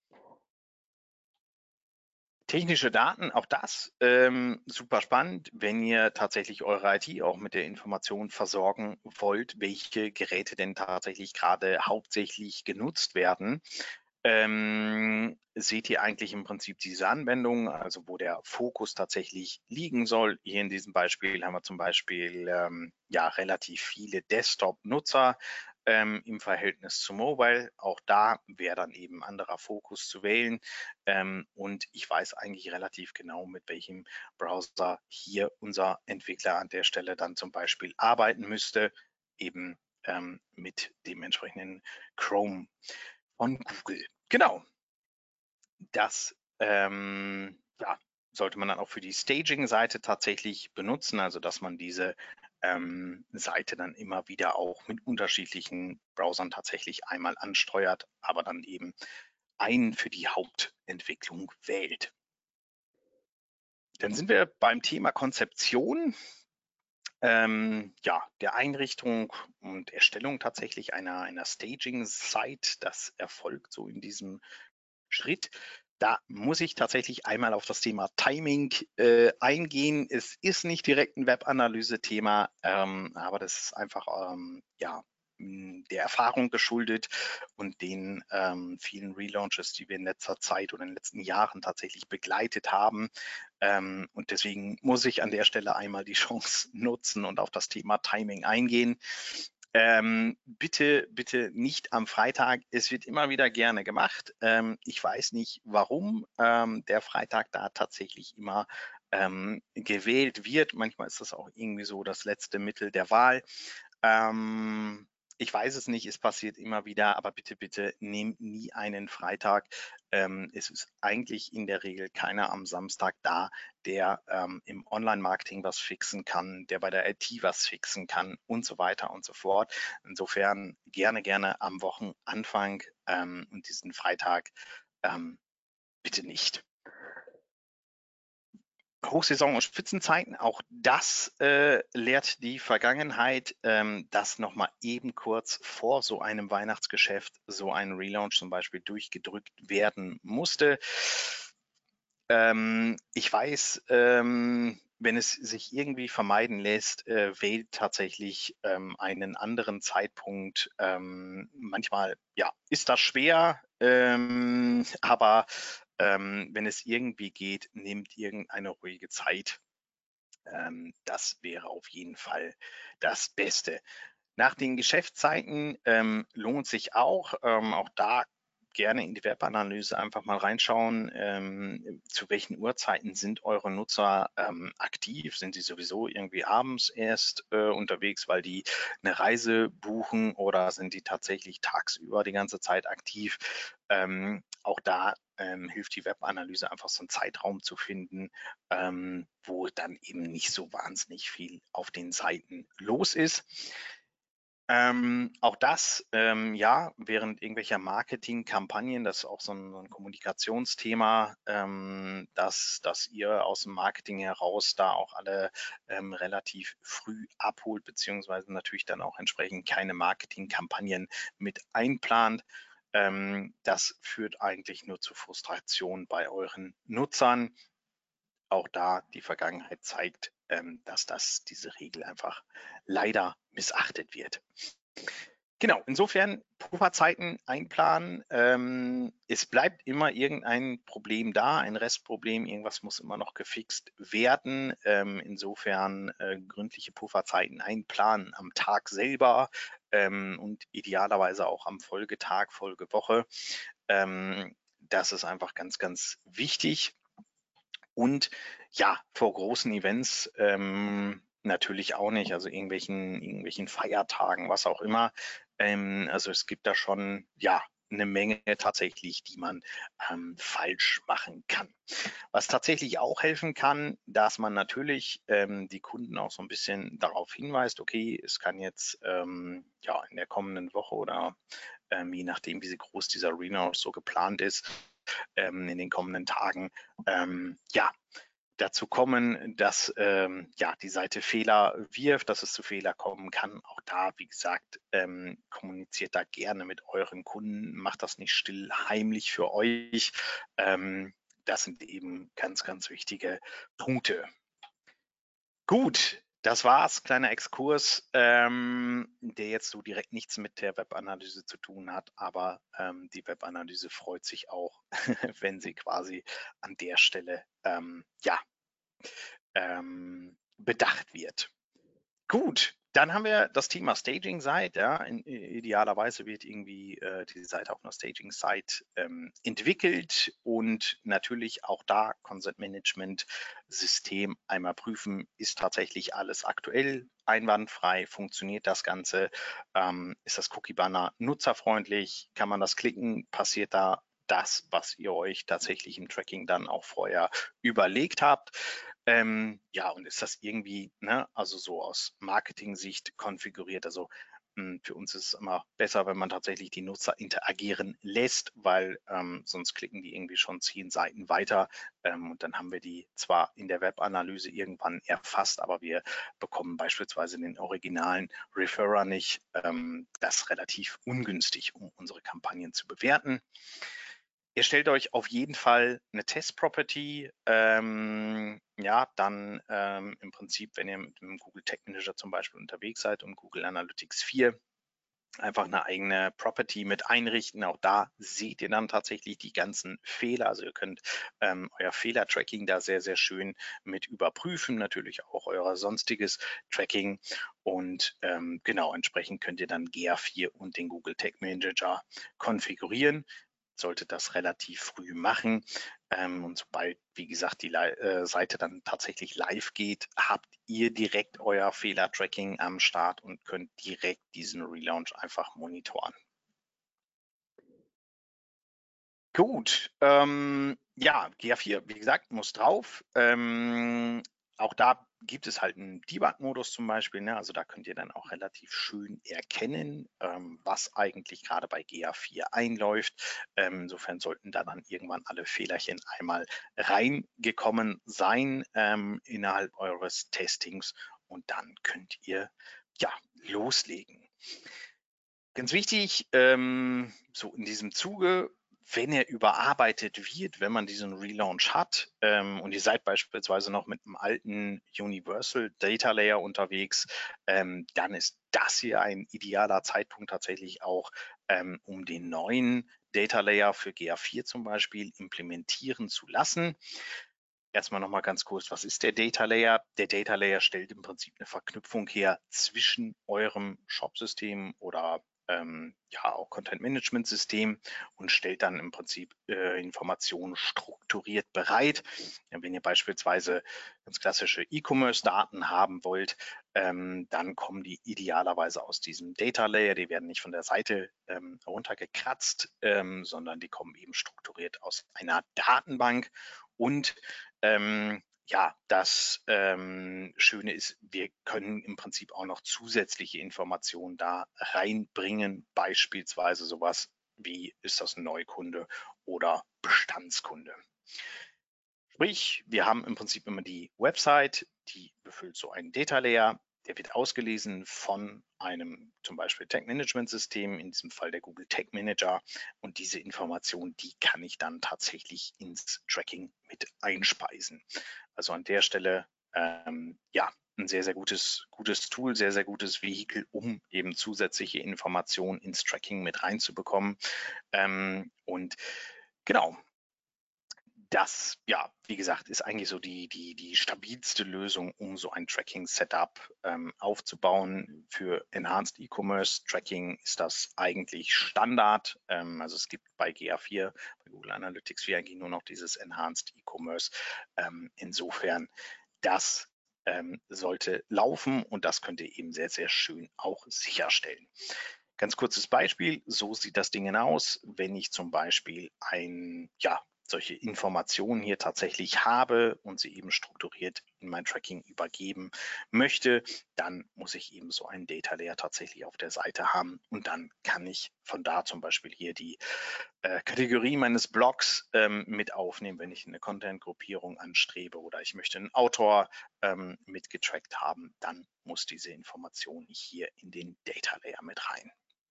Technische Daten, auch das ähm, super spannend, wenn ihr tatsächlich eure I T auch mit der Information versorgen wollt, welche Geräte denn tatsächlich gerade hauptsächlich genutzt werden. Ähm, seht ihr eigentlich im Prinzip diese Anwendung, also wo der Fokus tatsächlich liegen soll. Hier in diesem Beispiel haben wir zum Beispiel ähm, ja, relativ viele Desktop-Nutzer ähm, im Verhältnis zu Mobile. Auch da wäre dann eben anderer Fokus zu wählen. Ähm, und ich weiß eigentlich relativ genau, mit welchem Browser hier unser Entwickler an der Stelle dann zum Beispiel arbeiten müsste, eben ähm, mit dem entsprechenden Chrome von Google. Genau, das ähm, ja, sollte man dann auch für die Staging-Seite tatsächlich benutzen, also dass man diese ähm, Seite dann immer wieder auch mit unterschiedlichen Browsern tatsächlich einmal ansteuert, aber dann eben einen für die Hauptentwicklung wählt. Dann sind wir beim Thema Konzeption. Ähm, ja, der Einrichtung und Erstellung tatsächlich einer, einer Staging-Site. Das erfolgt so in diesem Schritt. Da muss ich tatsächlich einmal auf das Thema Timing äh, eingehen. Es ist nicht direkt ein Webanalyse-Thema, ähm, aber das ist einfach ähm, ja, der Erfahrung geschuldet und den ähm, vielen Relaunches, die wir in letzter Zeit oder in den letzten Jahren tatsächlich begleitet haben. Ähm, und deswegen muss ich an der Stelle einmal die Chance nutzen und auf das Thema Timing eingehen. Ähm, bitte, bitte nicht am Freitag. Es wird immer wieder gerne gemacht. Ähm, ich weiß nicht, warum ähm, der Freitag da tatsächlich immer ähm, gewählt wird. Manchmal ist das auch irgendwie so das letzte Mittel der Wahl. Ähm, Ich weiß es nicht, es passiert immer wieder, aber bitte, bitte nehmt nie einen Freitag. Ähm, es ist eigentlich in der Regel keiner am Samstag da, der ähm, im Online-Marketing was fixen kann, der bei der I T was fixen kann und so weiter und so fort. Insofern gerne, gerne am Wochenanfang ähm, und diesen Freitag ähm, bitte nicht. Hochsaison und Spitzenzeiten, auch das äh, lehrt die Vergangenheit, ähm, dass nochmal eben kurz vor so einem Weihnachtsgeschäft so ein Relaunch zum Beispiel durchgedrückt werden musste. Ähm, ich weiß, ähm, wenn es sich irgendwie vermeiden lässt, äh, wählt tatsächlich ähm, einen anderen Zeitpunkt. Ähm, manchmal, ja, ist das schwer, ähm, aber ähm, wenn es irgendwie geht, nehmt irgendeine ruhige Zeit. Ähm, das wäre auf jeden Fall das Beste. Nach den Geschäftszeiten ähm, lohnt sich auch, ähm, auch da gerne in die Webanalyse einfach mal reinschauen, ähm, zu welchen Uhrzeiten sind eure Nutzer ähm, aktiv? Sind sie sowieso irgendwie abends erst äh, unterwegs, weil die eine Reise buchen, oder sind die tatsächlich tagsüber die ganze Zeit aktiv? Ähm, auch da ähm, hilft die Webanalyse einfach so einen Zeitraum zu finden, ähm, wo dann eben nicht so wahnsinnig viel auf den Seiten los ist. Ähm, auch das, ähm, ja, während irgendwelcher Marketingkampagnen, das ist auch so ein, so ein Kommunikationsthema, ähm, dass, dass ihr aus dem Marketing heraus da auch alle ähm, relativ früh abholt, beziehungsweise natürlich dann auch entsprechend keine Marketingkampagnen mit einplant. Ähm, das führt eigentlich nur zu Frustration bei euren Nutzern. Auch da die Vergangenheit zeigt, ähm, dass das diese Regel einfach leider missachtet wird. Genau, insofern Pufferzeiten einplanen. Ähm, es bleibt immer irgendein Problem da, ein Restproblem, irgendwas muss immer noch gefixt werden. Ähm, insofern äh, gründliche Pufferzeiten einplanen am Tag selber ähm, und idealerweise auch am Folgetag, Folgewoche. Ähm, das ist einfach ganz, ganz wichtig. Und ja, vor großen Events ähm, natürlich auch nicht, also irgendwelchen, irgendwelchen Feiertagen, was auch immer. Ähm, also es gibt da schon, ja, eine Menge tatsächlich, die man ähm, falsch machen kann. Was tatsächlich auch helfen kann, dass man natürlich ähm, die Kunden auch so ein bisschen darauf hinweist, okay, es kann jetzt ähm, ja in der kommenden Woche oder ähm, je nachdem, wie groß dieser Relaunch so geplant ist, ähm, in den kommenden Tagen, ähm, ja, dazu kommen, dass ähm, ja, die Seite Fehler wirft, dass es zu Fehler kommen kann. Auch da, wie gesagt, ähm, kommuniziert da gerne mit euren Kunden, macht das nicht still heimlich für euch. Ähm, das sind eben ganz, ganz wichtige Punkte. Gut, das war's. Kleiner Exkurs, ähm, der jetzt so direkt nichts mit der Webanalyse zu tun hat, aber ähm, die Webanalyse freut sich auch, wenn sie quasi an der Stelle ähm, ja, ähm, bedacht wird. Gut, dann haben wir das Thema Staging Site. Ja, in, idealerweise wird irgendwie äh, die Seite auf einer Staging Site ähm, entwickelt, und natürlich auch da Consent Management System einmal prüfen, ist tatsächlich alles aktuell, einwandfrei, funktioniert das Ganze, ähm, ist das Cookie Banner nutzerfreundlich, kann man das klicken, passiert da das, was ihr euch tatsächlich im Tracking dann auch vorher überlegt habt. Ähm, ja, und ist das irgendwie, ne, also so aus Marketing-Sicht konfiguriert? Also mh, für uns ist es immer besser, wenn man tatsächlich die Nutzer interagieren lässt, weil ähm, sonst klicken die irgendwie schon zehn Seiten weiter ähm, und dann haben wir die zwar in der Webanalyse irgendwann erfasst, aber wir bekommen beispielsweise den originalen Referrer nicht. Ähm, das ist relativ ungünstig, um unsere Kampagnen zu bewerten. Ihr stellt euch auf jeden Fall eine Test-Property, ähm, ja, dann ähm, im Prinzip, wenn ihr mit dem Google Tag Manager zum Beispiel unterwegs seid und Google Analytics vier, einfach eine eigene Property mit einrichten. Auch da seht ihr dann tatsächlich die ganzen Fehler. Also ihr könnt ähm, euer Fehler-Tracking da sehr, sehr schön mit überprüfen. Natürlich auch euer sonstiges Tracking. Und ähm, genau, entsprechend könnt ihr dann G A vier und den Google Tag Manager konfigurieren. Solltet das relativ früh machen. Ähm, und sobald, wie gesagt, die Li äh, Seite dann tatsächlich live geht, habt ihr direkt euer Fehler-Tracking am Start und könnt direkt diesen Relaunch einfach monitoren. Gut, ähm, ja, G A vier, wie gesagt, muss drauf. Ähm, auch da gibt es halt einen Debug-Modus zum Beispiel, ne? Also da könnt ihr dann auch relativ schön erkennen, ähm, was eigentlich gerade bei G A vier einläuft. Ähm, insofern sollten da dann irgendwann alle Fehlerchen einmal reingekommen sein ähm, innerhalb eures Testings und dann könnt ihr ja loslegen. Ganz wichtig, ähm, so in diesem Zuge, wenn er überarbeitet wird, wenn man diesen Relaunch hat ähm, und ihr seid beispielsweise noch mit einem alten Universal Data Layer unterwegs, ähm, dann ist das hier ein idealer Zeitpunkt tatsächlich auch, ähm, um den neuen Data Layer für G A vier zum Beispiel implementieren zu lassen. Erstmal nochmal ganz kurz, was ist der Data Layer? Der Data Layer stellt im Prinzip eine Verknüpfung her zwischen eurem Shop-System oder ähm, ja auch Content-Management-System und stellt dann im Prinzip äh, Informationen strukturiert bereit. Ja, wenn ihr beispielsweise ganz klassische E-Commerce-Daten haben wollt, ähm, dann kommen die idealerweise aus diesem Data Layer. Die werden nicht von der Seite ähm, runtergekratzt, ähm, sondern die kommen eben strukturiert aus einer Datenbank. Und ähm, ja, das ähm, Schöne ist, wir können im Prinzip auch noch zusätzliche Informationen da reinbringen, beispielsweise sowas wie, ist das ein Neukunde oder Bestandskunde. Sprich, wir haben im Prinzip immer die Website, die befüllt so einen Data Layer, der wird ausgelesen von einem zum Beispiel Tag Management System, in diesem Fall der Google Tag Manager. Und diese Information, die kann ich dann tatsächlich ins Tracking mit einspeisen. Also an der Stelle, ähm, ja, ein sehr, sehr gutes, gutes Tool, sehr, sehr gutes Vehikel, um eben zusätzliche Informationen ins Tracking mit reinzubekommen. Ähm, und genau, das, ja, wie gesagt, ist eigentlich so die, die, die stabilste Lösung, um so ein Tracking-Setup ähm, aufzubauen. Für Enhanced E-Commerce Tracking ist das eigentlich Standard. Ähm, also es gibt bei G A vier, bei Google Analytics vier eigentlich nur noch dieses Enhanced E-Commerce. Ähm, insofern, das ähm, sollte laufen und das könnt ihr eben sehr, sehr schön auch sicherstellen. Ganz kurzes Beispiel, so sieht das Ding aus, wenn ich zum Beispiel ein, ja, solche Informationen hier tatsächlich habe und sie eben strukturiert in mein Tracking übergeben möchte, dann muss ich eben so einen Data Layer tatsächlich auf der Seite haben und dann kann ich von da zum Beispiel hier die äh, Kategorie meines Blogs ähm, mit aufnehmen, wenn ich eine Content-Gruppierung anstrebe oder ich möchte einen Autor ähm, mitgetrackt haben, dann muss diese Information hier in den Data Layer mit rein.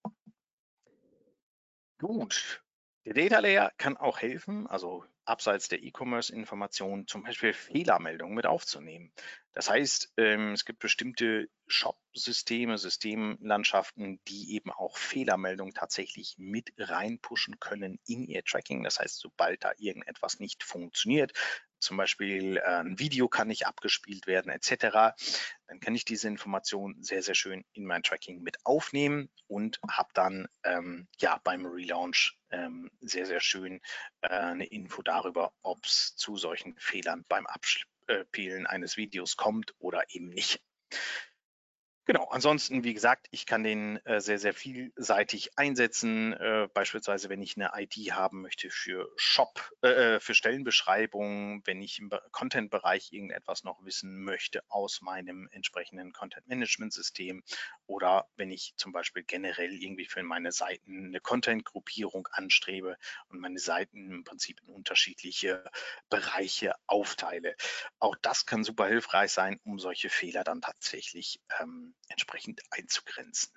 Gut, der Data Layer kann auch helfen, also abseits der E-Commerce-Informationen zum Beispiel Fehlermeldungen mit aufzunehmen. Das heißt, ähm, es gibt bestimmte Shop-Systeme, Systemlandschaften, die eben auch Fehlermeldungen tatsächlich mit reinpushen können in ihr Tracking. Das heißt, sobald da irgendetwas nicht funktioniert, zum Beispiel äh, ein Video kann nicht abgespielt werden et cetera, dann kann ich diese Information sehr, sehr schön in mein Tracking mit aufnehmen und habe dann ähm, ja beim Relaunch ähm, sehr, sehr schön äh, eine Info darüber, ob es zu solchen Fehlern beim Abspielen eines Videos kommt oder eben nicht. Genau, ansonsten, wie gesagt, ich kann den äh, sehr, sehr vielseitig einsetzen. Äh, beispielsweise, wenn ich eine I D haben möchte für Shop, äh, für Stellenbeschreibungen, wenn ich im Content-Bereich irgendetwas noch wissen möchte aus meinem entsprechenden Content-Management-System oder wenn ich zum Beispiel generell irgendwie für meine Seiten eine Content-Gruppierung anstrebe und meine Seiten im Prinzip in unterschiedliche Bereiche aufteile. Auch das kann super hilfreich sein, um solche Fehler dann tatsächlich ähm, entsprechend einzugrenzen.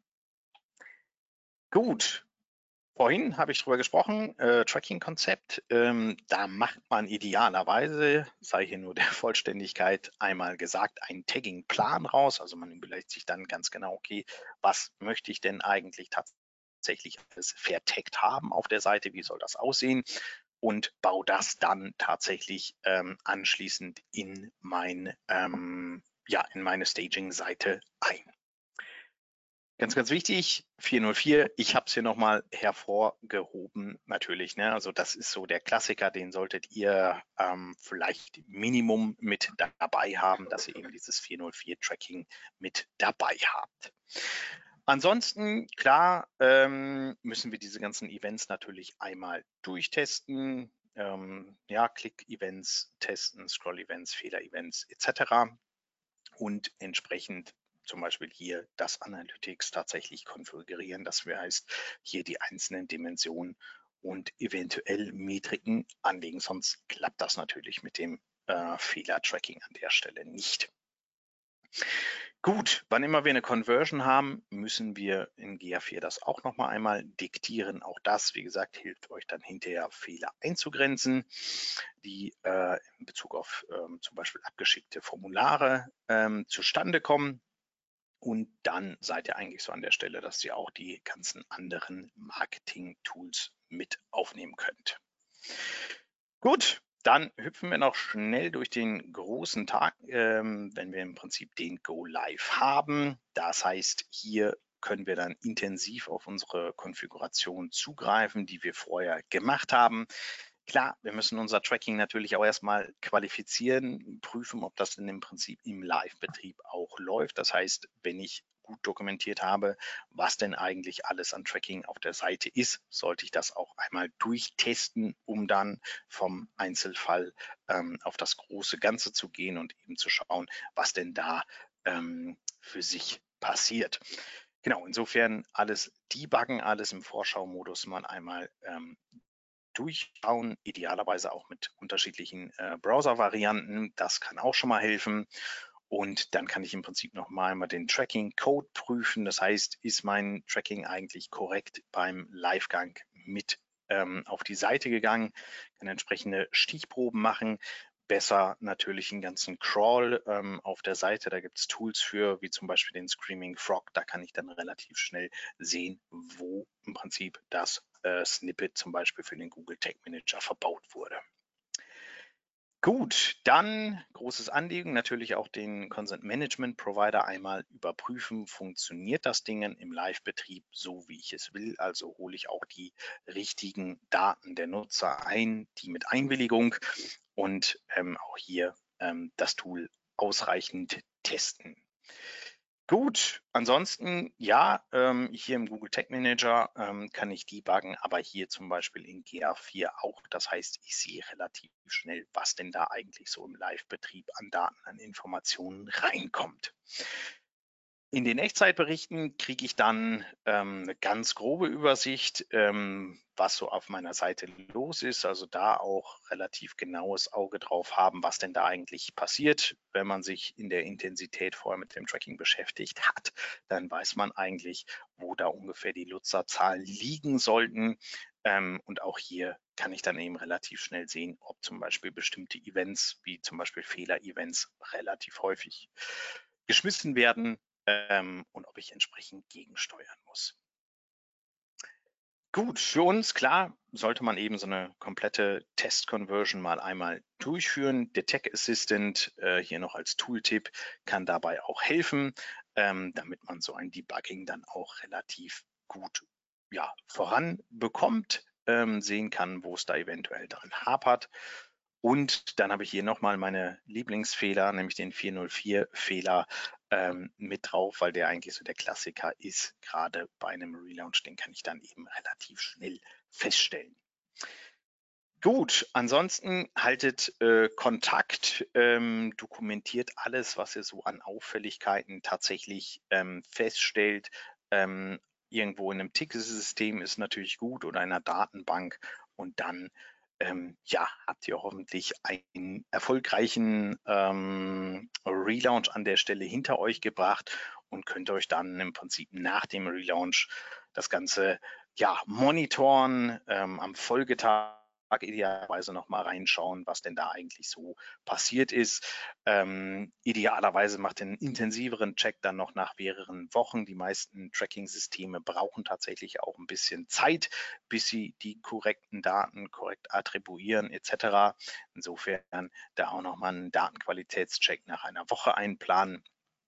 Gut, vorhin habe ich drüber gesprochen, äh, Tracking-Konzept. Ähm, da macht man idealerweise, sei hier nur der Vollständigkeit einmal gesagt, einen Tagging-Plan raus. Also man überlegt sich dann ganz genau, okay, was möchte ich denn eigentlich tatsächlich alles vertaggt haben auf der Seite, wie soll das aussehen? Und baue das dann tatsächlich ähm, anschließend in mein ähm, ja, in meine Staging-Seite ein. Ganz, ganz wichtig, vier null vier, ich habe es hier nochmal hervorgehoben, natürlich. Ne? Also das ist so der Klassiker, den solltet ihr ähm, vielleicht Minimum mit dabei haben, dass ihr eben dieses vier null vier Tracking mit dabei habt. Ansonsten, klar, ähm, müssen wir diese ganzen Events natürlich einmal durchtesten. Ähm, ja, Click-Events testen, Scroll-Events, Fehler-Events et cetera. Und entsprechend zum Beispiel hier das Analytics tatsächlich konfigurieren. Das heißt, hier die einzelnen Dimensionen und eventuell Metriken anlegen. Sonst klappt das natürlich mit dem äh, Fehler-Tracking an der Stelle nicht. Gut, wann immer wir eine Conversion haben, müssen wir in G A vier das auch noch mal einmal diktieren. Auch das, wie gesagt, hilft euch dann hinterher Fehler einzugrenzen, die äh, in Bezug auf ähm, zum Beispiel abgeschickte Formulare ähm, zustande kommen. Und dann seid ihr eigentlich so an der Stelle, dass ihr auch die ganzen anderen Marketing-Tools mit aufnehmen könnt. Gut, dann hüpfen wir noch schnell durch den großen Tag, ähm, wenn wir im Prinzip den Go Live haben. Das heißt, hier können wir dann intensiv auf unsere Konfiguration zugreifen, die wir vorher gemacht haben. Klar, wir müssen unser Tracking natürlich auch erstmal qualifizieren, prüfen, ob das denn im Prinzip im Live-Betrieb auch läuft. Das heißt, wenn ich gut dokumentiert habe, was denn eigentlich alles an Tracking auf der Seite ist, sollte ich das auch einmal durchtesten, um dann vom Einzelfall ähm, auf das große Ganze zu gehen und eben zu schauen, was denn da ähm, für sich passiert. Genau, insofern alles debuggen, alles im Vorschau-Modus mal einmal ähm, durchschauen, idealerweise auch mit unterschiedlichen äh, Browser-Varianten. Das kann auch schon mal helfen. Und dann kann ich im Prinzip noch mal einmal den Tracking-Code prüfen. Das heißt, ist mein Tracking eigentlich korrekt beim Livegang mit ähm, auf die Seite gegangen, kann entsprechende Stichproben machen. Besser natürlich einen ganzen Crawl ähm, auf der Seite. Da gibt es Tools für, wie zum Beispiel den Screaming Frog. Da kann ich dann relativ schnell sehen, wo im Prinzip das äh, Snippet zum Beispiel für den Google Tag Manager verbaut wurde. Gut, dann großes Anliegen, natürlich auch den Consent Management Provider einmal überprüfen. Funktioniert das Ding im Live-Betrieb so, wie ich es will? Also hole ich auch die richtigen Daten der Nutzer ein, die mit Einwilligung und ähm, auch hier ähm, das Tool ausreichend testen. Gut, ansonsten ja, ähm, hier im Google Tag Manager ähm, kann ich debuggen, aber hier zum Beispiel in G A vier auch. Das heißt, ich sehe relativ schnell, was denn da eigentlich so im Live-Betrieb an Daten, an Informationen reinkommt. In den Echtzeitberichten kriege ich dann ähm, eine ganz grobe Übersicht, ähm, was so auf meiner Seite los ist. Also da auch relativ genaues Auge drauf haben, was denn da eigentlich passiert. Wenn man sich in der Intensität vorher mit dem Tracking beschäftigt hat, dann weiß man eigentlich, wo da ungefähr die Nutzerzahlen liegen sollten. Ähm, und auch hier kann ich dann eben relativ schnell sehen, ob zum Beispiel bestimmte Events, wie zum Beispiel Fehler-Events, relativ häufig geschmissen werden. Ähm, und ob ich entsprechend gegensteuern muss. Gut, für uns, klar, sollte man eben so eine komplette Test-Conversion mal einmal durchführen. Der Tag Assistant äh, hier noch als Tooltip kann dabei auch helfen, ähm, damit man so ein Debugging dann auch relativ gut ja, voranbekommt, ähm, sehen kann, wo es da eventuell dran hapert. Und dann habe ich hier nochmal meine Lieblingsfehler, nämlich den vier null vier Fehler ähm, mit drauf, weil der eigentlich so der Klassiker ist, gerade bei einem Relaunch, den kann ich dann eben relativ schnell feststellen. Gut, ansonsten haltet äh, Kontakt, ähm, dokumentiert alles, was ihr so an Auffälligkeiten tatsächlich ähm, feststellt. Ähm, irgendwo in einem Ticketsystem ist natürlich gut oder in einer Datenbank und dann ähm, ja, habt ihr hoffentlich einen erfolgreichen ähm, Relaunch an der Stelle hinter euch gebracht und könnt euch dann im Prinzip nach dem Relaunch das Ganze ja, monitoren, ähm, am Folgetag idealerweise noch mal reinschauen, was denn da eigentlich so passiert ist. Ähm, idealerweise macht ihr einen intensiveren Check dann noch nach mehreren Wochen. Die meisten Tracking-Systeme brauchen tatsächlich auch ein bisschen Zeit, bis sie die korrekten Daten korrekt attribuieren et cetera. Insofern da auch noch mal einen Datenqualitätscheck nach einer Woche einplanen.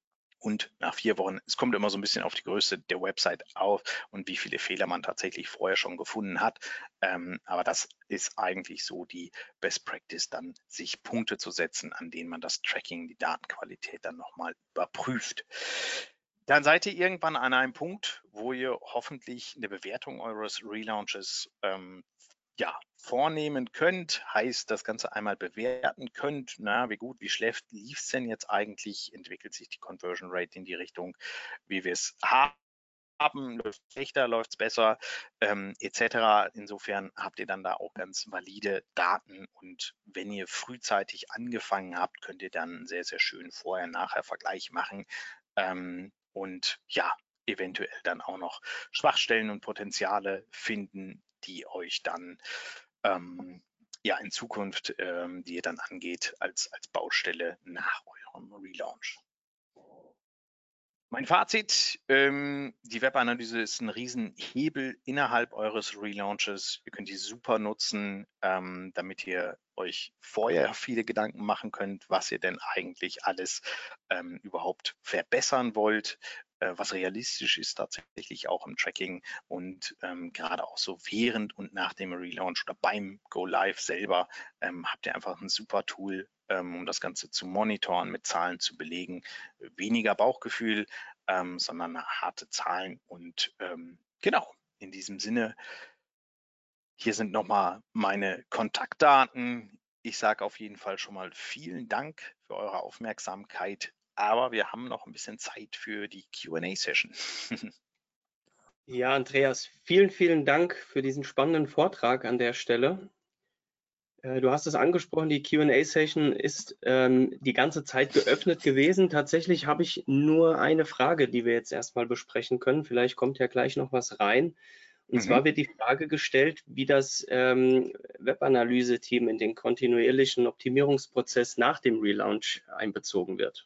und nach vier Wochen, es kommt immer so ein bisschen auf die Größe der Website auf und wie viele Fehler man tatsächlich vorher schon gefunden hat. Ähm, aber das ist eigentlich so die Best Practice, dann sich Punkte zu setzen, an denen man das Tracking, die Datenqualität dann nochmal überprüft. Dann seid ihr irgendwann an einem Punkt, wo ihr hoffentlich eine Bewertung eures Relaunches ähm, ja, vornehmen könnt, heißt das Ganze einmal bewerten könnt. Na, wie gut, wie schlecht lief es denn jetzt eigentlich? Entwickelt sich die Conversion Rate in die Richtung, wie wir es haben? Läuft es schlechter, läuft es besser, ähm, et cetera. Insofern habt ihr dann da auch ganz valide Daten und wenn ihr frühzeitig angefangen habt, könnt ihr dann einen sehr, sehr schönen Vorher-Nachher-Vergleich machen ähm, und ja, eventuell dann auch noch Schwachstellen und Potenziale finden, die euch dann ähm, ja in Zukunft, ähm, die ihr dann angeht als, als Baustelle nach eurem Relaunch. Mein Fazit, ähm, die Webanalyse ist ein Riesenhebel innerhalb eures Relaunches. Ihr könnt die super nutzen, ähm, damit ihr euch vorher viele Gedanken machen könnt, was ihr denn eigentlich alles ähm, überhaupt verbessern wollt, äh, was realistisch ist tatsächlich auch im Tracking und ähm, gerade auch so während und nach dem Relaunch oder beim Go Live selber ähm, habt ihr einfach ein super Tool, ähm, um das Ganze zu monitoren, mit Zahlen zu belegen. Weniger Bauchgefühl, ähm, sondern harte Zahlen. Und ähm, genau, in diesem Sinne, hier sind nochmal meine Kontaktdaten. Ich sage auf jeden Fall schon mal vielen Dank für eure Aufmerksamkeit, aber wir haben noch ein bisschen Zeit für die Q und A-Session. Ja, Andreas, vielen, vielen Dank für diesen spannenden Vortrag an der Stelle. Äh, Du hast es angesprochen, die Q und A-Session ist ähm, die ganze Zeit geöffnet gewesen. Tatsächlich habe ich nur eine Frage, die wir jetzt erstmal besprechen können. Vielleicht kommt ja gleich noch was rein. Und zwar Mhm. wird die Frage gestellt, wie das ähm, Webanalyse-Team in den kontinuierlichen Optimierungsprozess nach dem Relaunch einbezogen wird.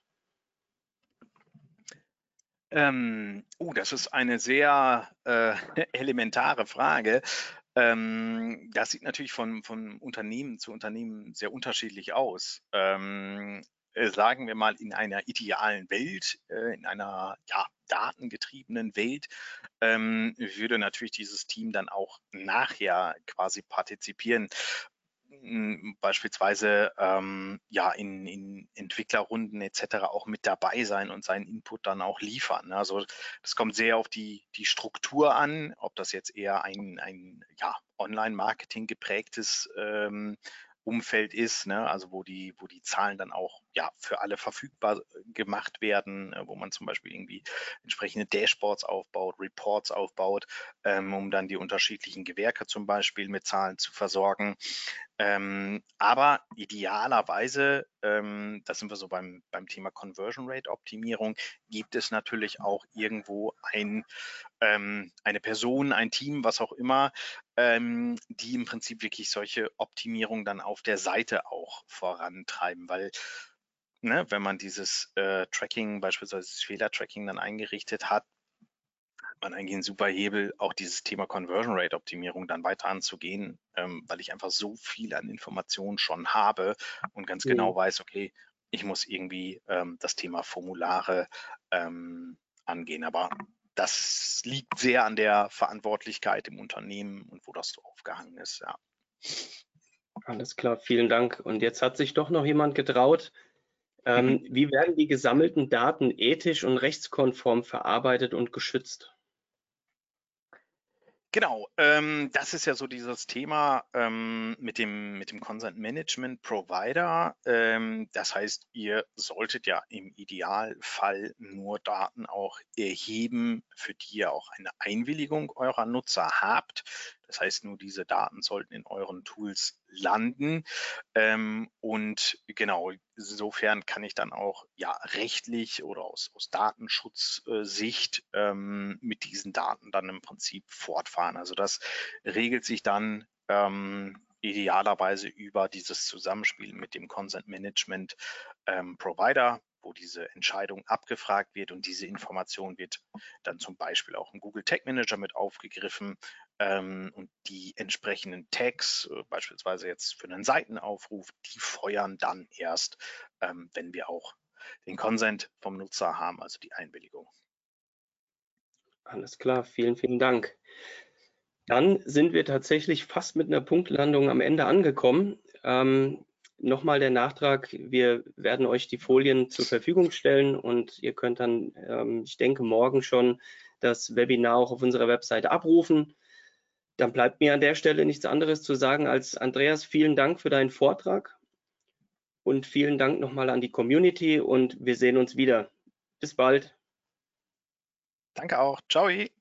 Ähm, oh, das ist eine sehr äh, elementare Frage. Ähm, das sieht natürlich von, von Unternehmen zu Unternehmen sehr unterschiedlich aus. Ähm, äh, sagen wir mal, in einer idealen Welt, äh, in einer ja, datengetriebenen Welt, ähm, würde natürlich dieses Team dann auch nachher quasi partizipieren. M, Beispielsweise ähm, ja in, in Entwicklerrunden et cetera auch mit dabei sein und seinen Input dann auch liefern. Ne? Also das kommt sehr auf die, die Struktur an, ob das jetzt eher ein, ein ja, Online-Marketing geprägtes ähm, Umfeld ist, ne? Also wo die, wo die Zahlen dann auch ja für alle verfügbar gemacht werden, äh, wo man zum Beispiel irgendwie entsprechende Dashboards aufbaut, Reports aufbaut, ähm, um dann die unterschiedlichen Gewerke zum Beispiel mit Zahlen zu versorgen. Ähm, aber idealerweise, ähm, da sind wir so beim, beim Thema Conversion Rate Optimierung, gibt es natürlich auch irgendwo ein, ähm, eine Person, ein Team, was auch immer, ähm, die im Prinzip wirklich solche Optimierungen dann auf der Seite auch vorantreiben, weil ne, wenn man dieses äh, Tracking, beispielsweise das Fehler-Tracking dann eingerichtet hat, man eigentlich einen super Hebel, auch dieses Thema Conversion Rate Optimierung dann weiter anzugehen, ähm, weil ich einfach so viel an Informationen schon habe und ganz genau Mhm. weiß, okay, ich muss irgendwie ähm, das Thema Formulare ähm, angehen. Aber das liegt sehr an der Verantwortlichkeit im Unternehmen und wo das so aufgehangen ist, ja. Alles klar, vielen Dank. Und jetzt hat sich doch noch jemand getraut. Ähm, wie werden die gesammelten Daten ethisch und rechtskonform verarbeitet und geschützt? Genau, ähm, das ist ja so dieses Thema ähm, mit dem, mit dem Consent Management Provider. Ähm, das heißt, ihr solltet ja im Idealfall nur Daten auch erheben, für die ihr auch eine Einwilligung eurer Nutzer habt. Das heißt, nur diese Daten sollten in euren Tools landen. Ähm, und genau, insofern kann ich dann auch ja rechtlich oder aus, aus Datenschutzsicht ähm, mit diesen Daten dann im Prinzip fortfahren. Also das regelt sich dann ähm, idealerweise über dieses Zusammenspiel mit dem Consent Management ähm, Provider, wo diese Entscheidung abgefragt wird und diese Information wird dann zum Beispiel auch im Google Tag Manager mit aufgegriffen ähm, und die entsprechenden Tags, äh, beispielsweise jetzt für einen Seitenaufruf, die feuern dann erst, ähm, wenn wir auch den Consent vom Nutzer haben, also die Einwilligung. Alles klar, vielen, vielen Dank. Dann sind wir tatsächlich fast mit einer Punktlandung am Ende angekommen. Ähm, Nochmal der Nachtrag, wir werden euch die Folien zur Verfügung stellen und ihr könnt dann, ähm, ich denke, morgen schon das Webinar auch auf unserer Webseite abrufen. Dann bleibt mir an der Stelle nichts anderes zu sagen als Andreas, vielen Dank für deinen Vortrag und vielen Dank nochmal an die Community und wir sehen uns wieder. Bis bald. Danke auch. Ciao.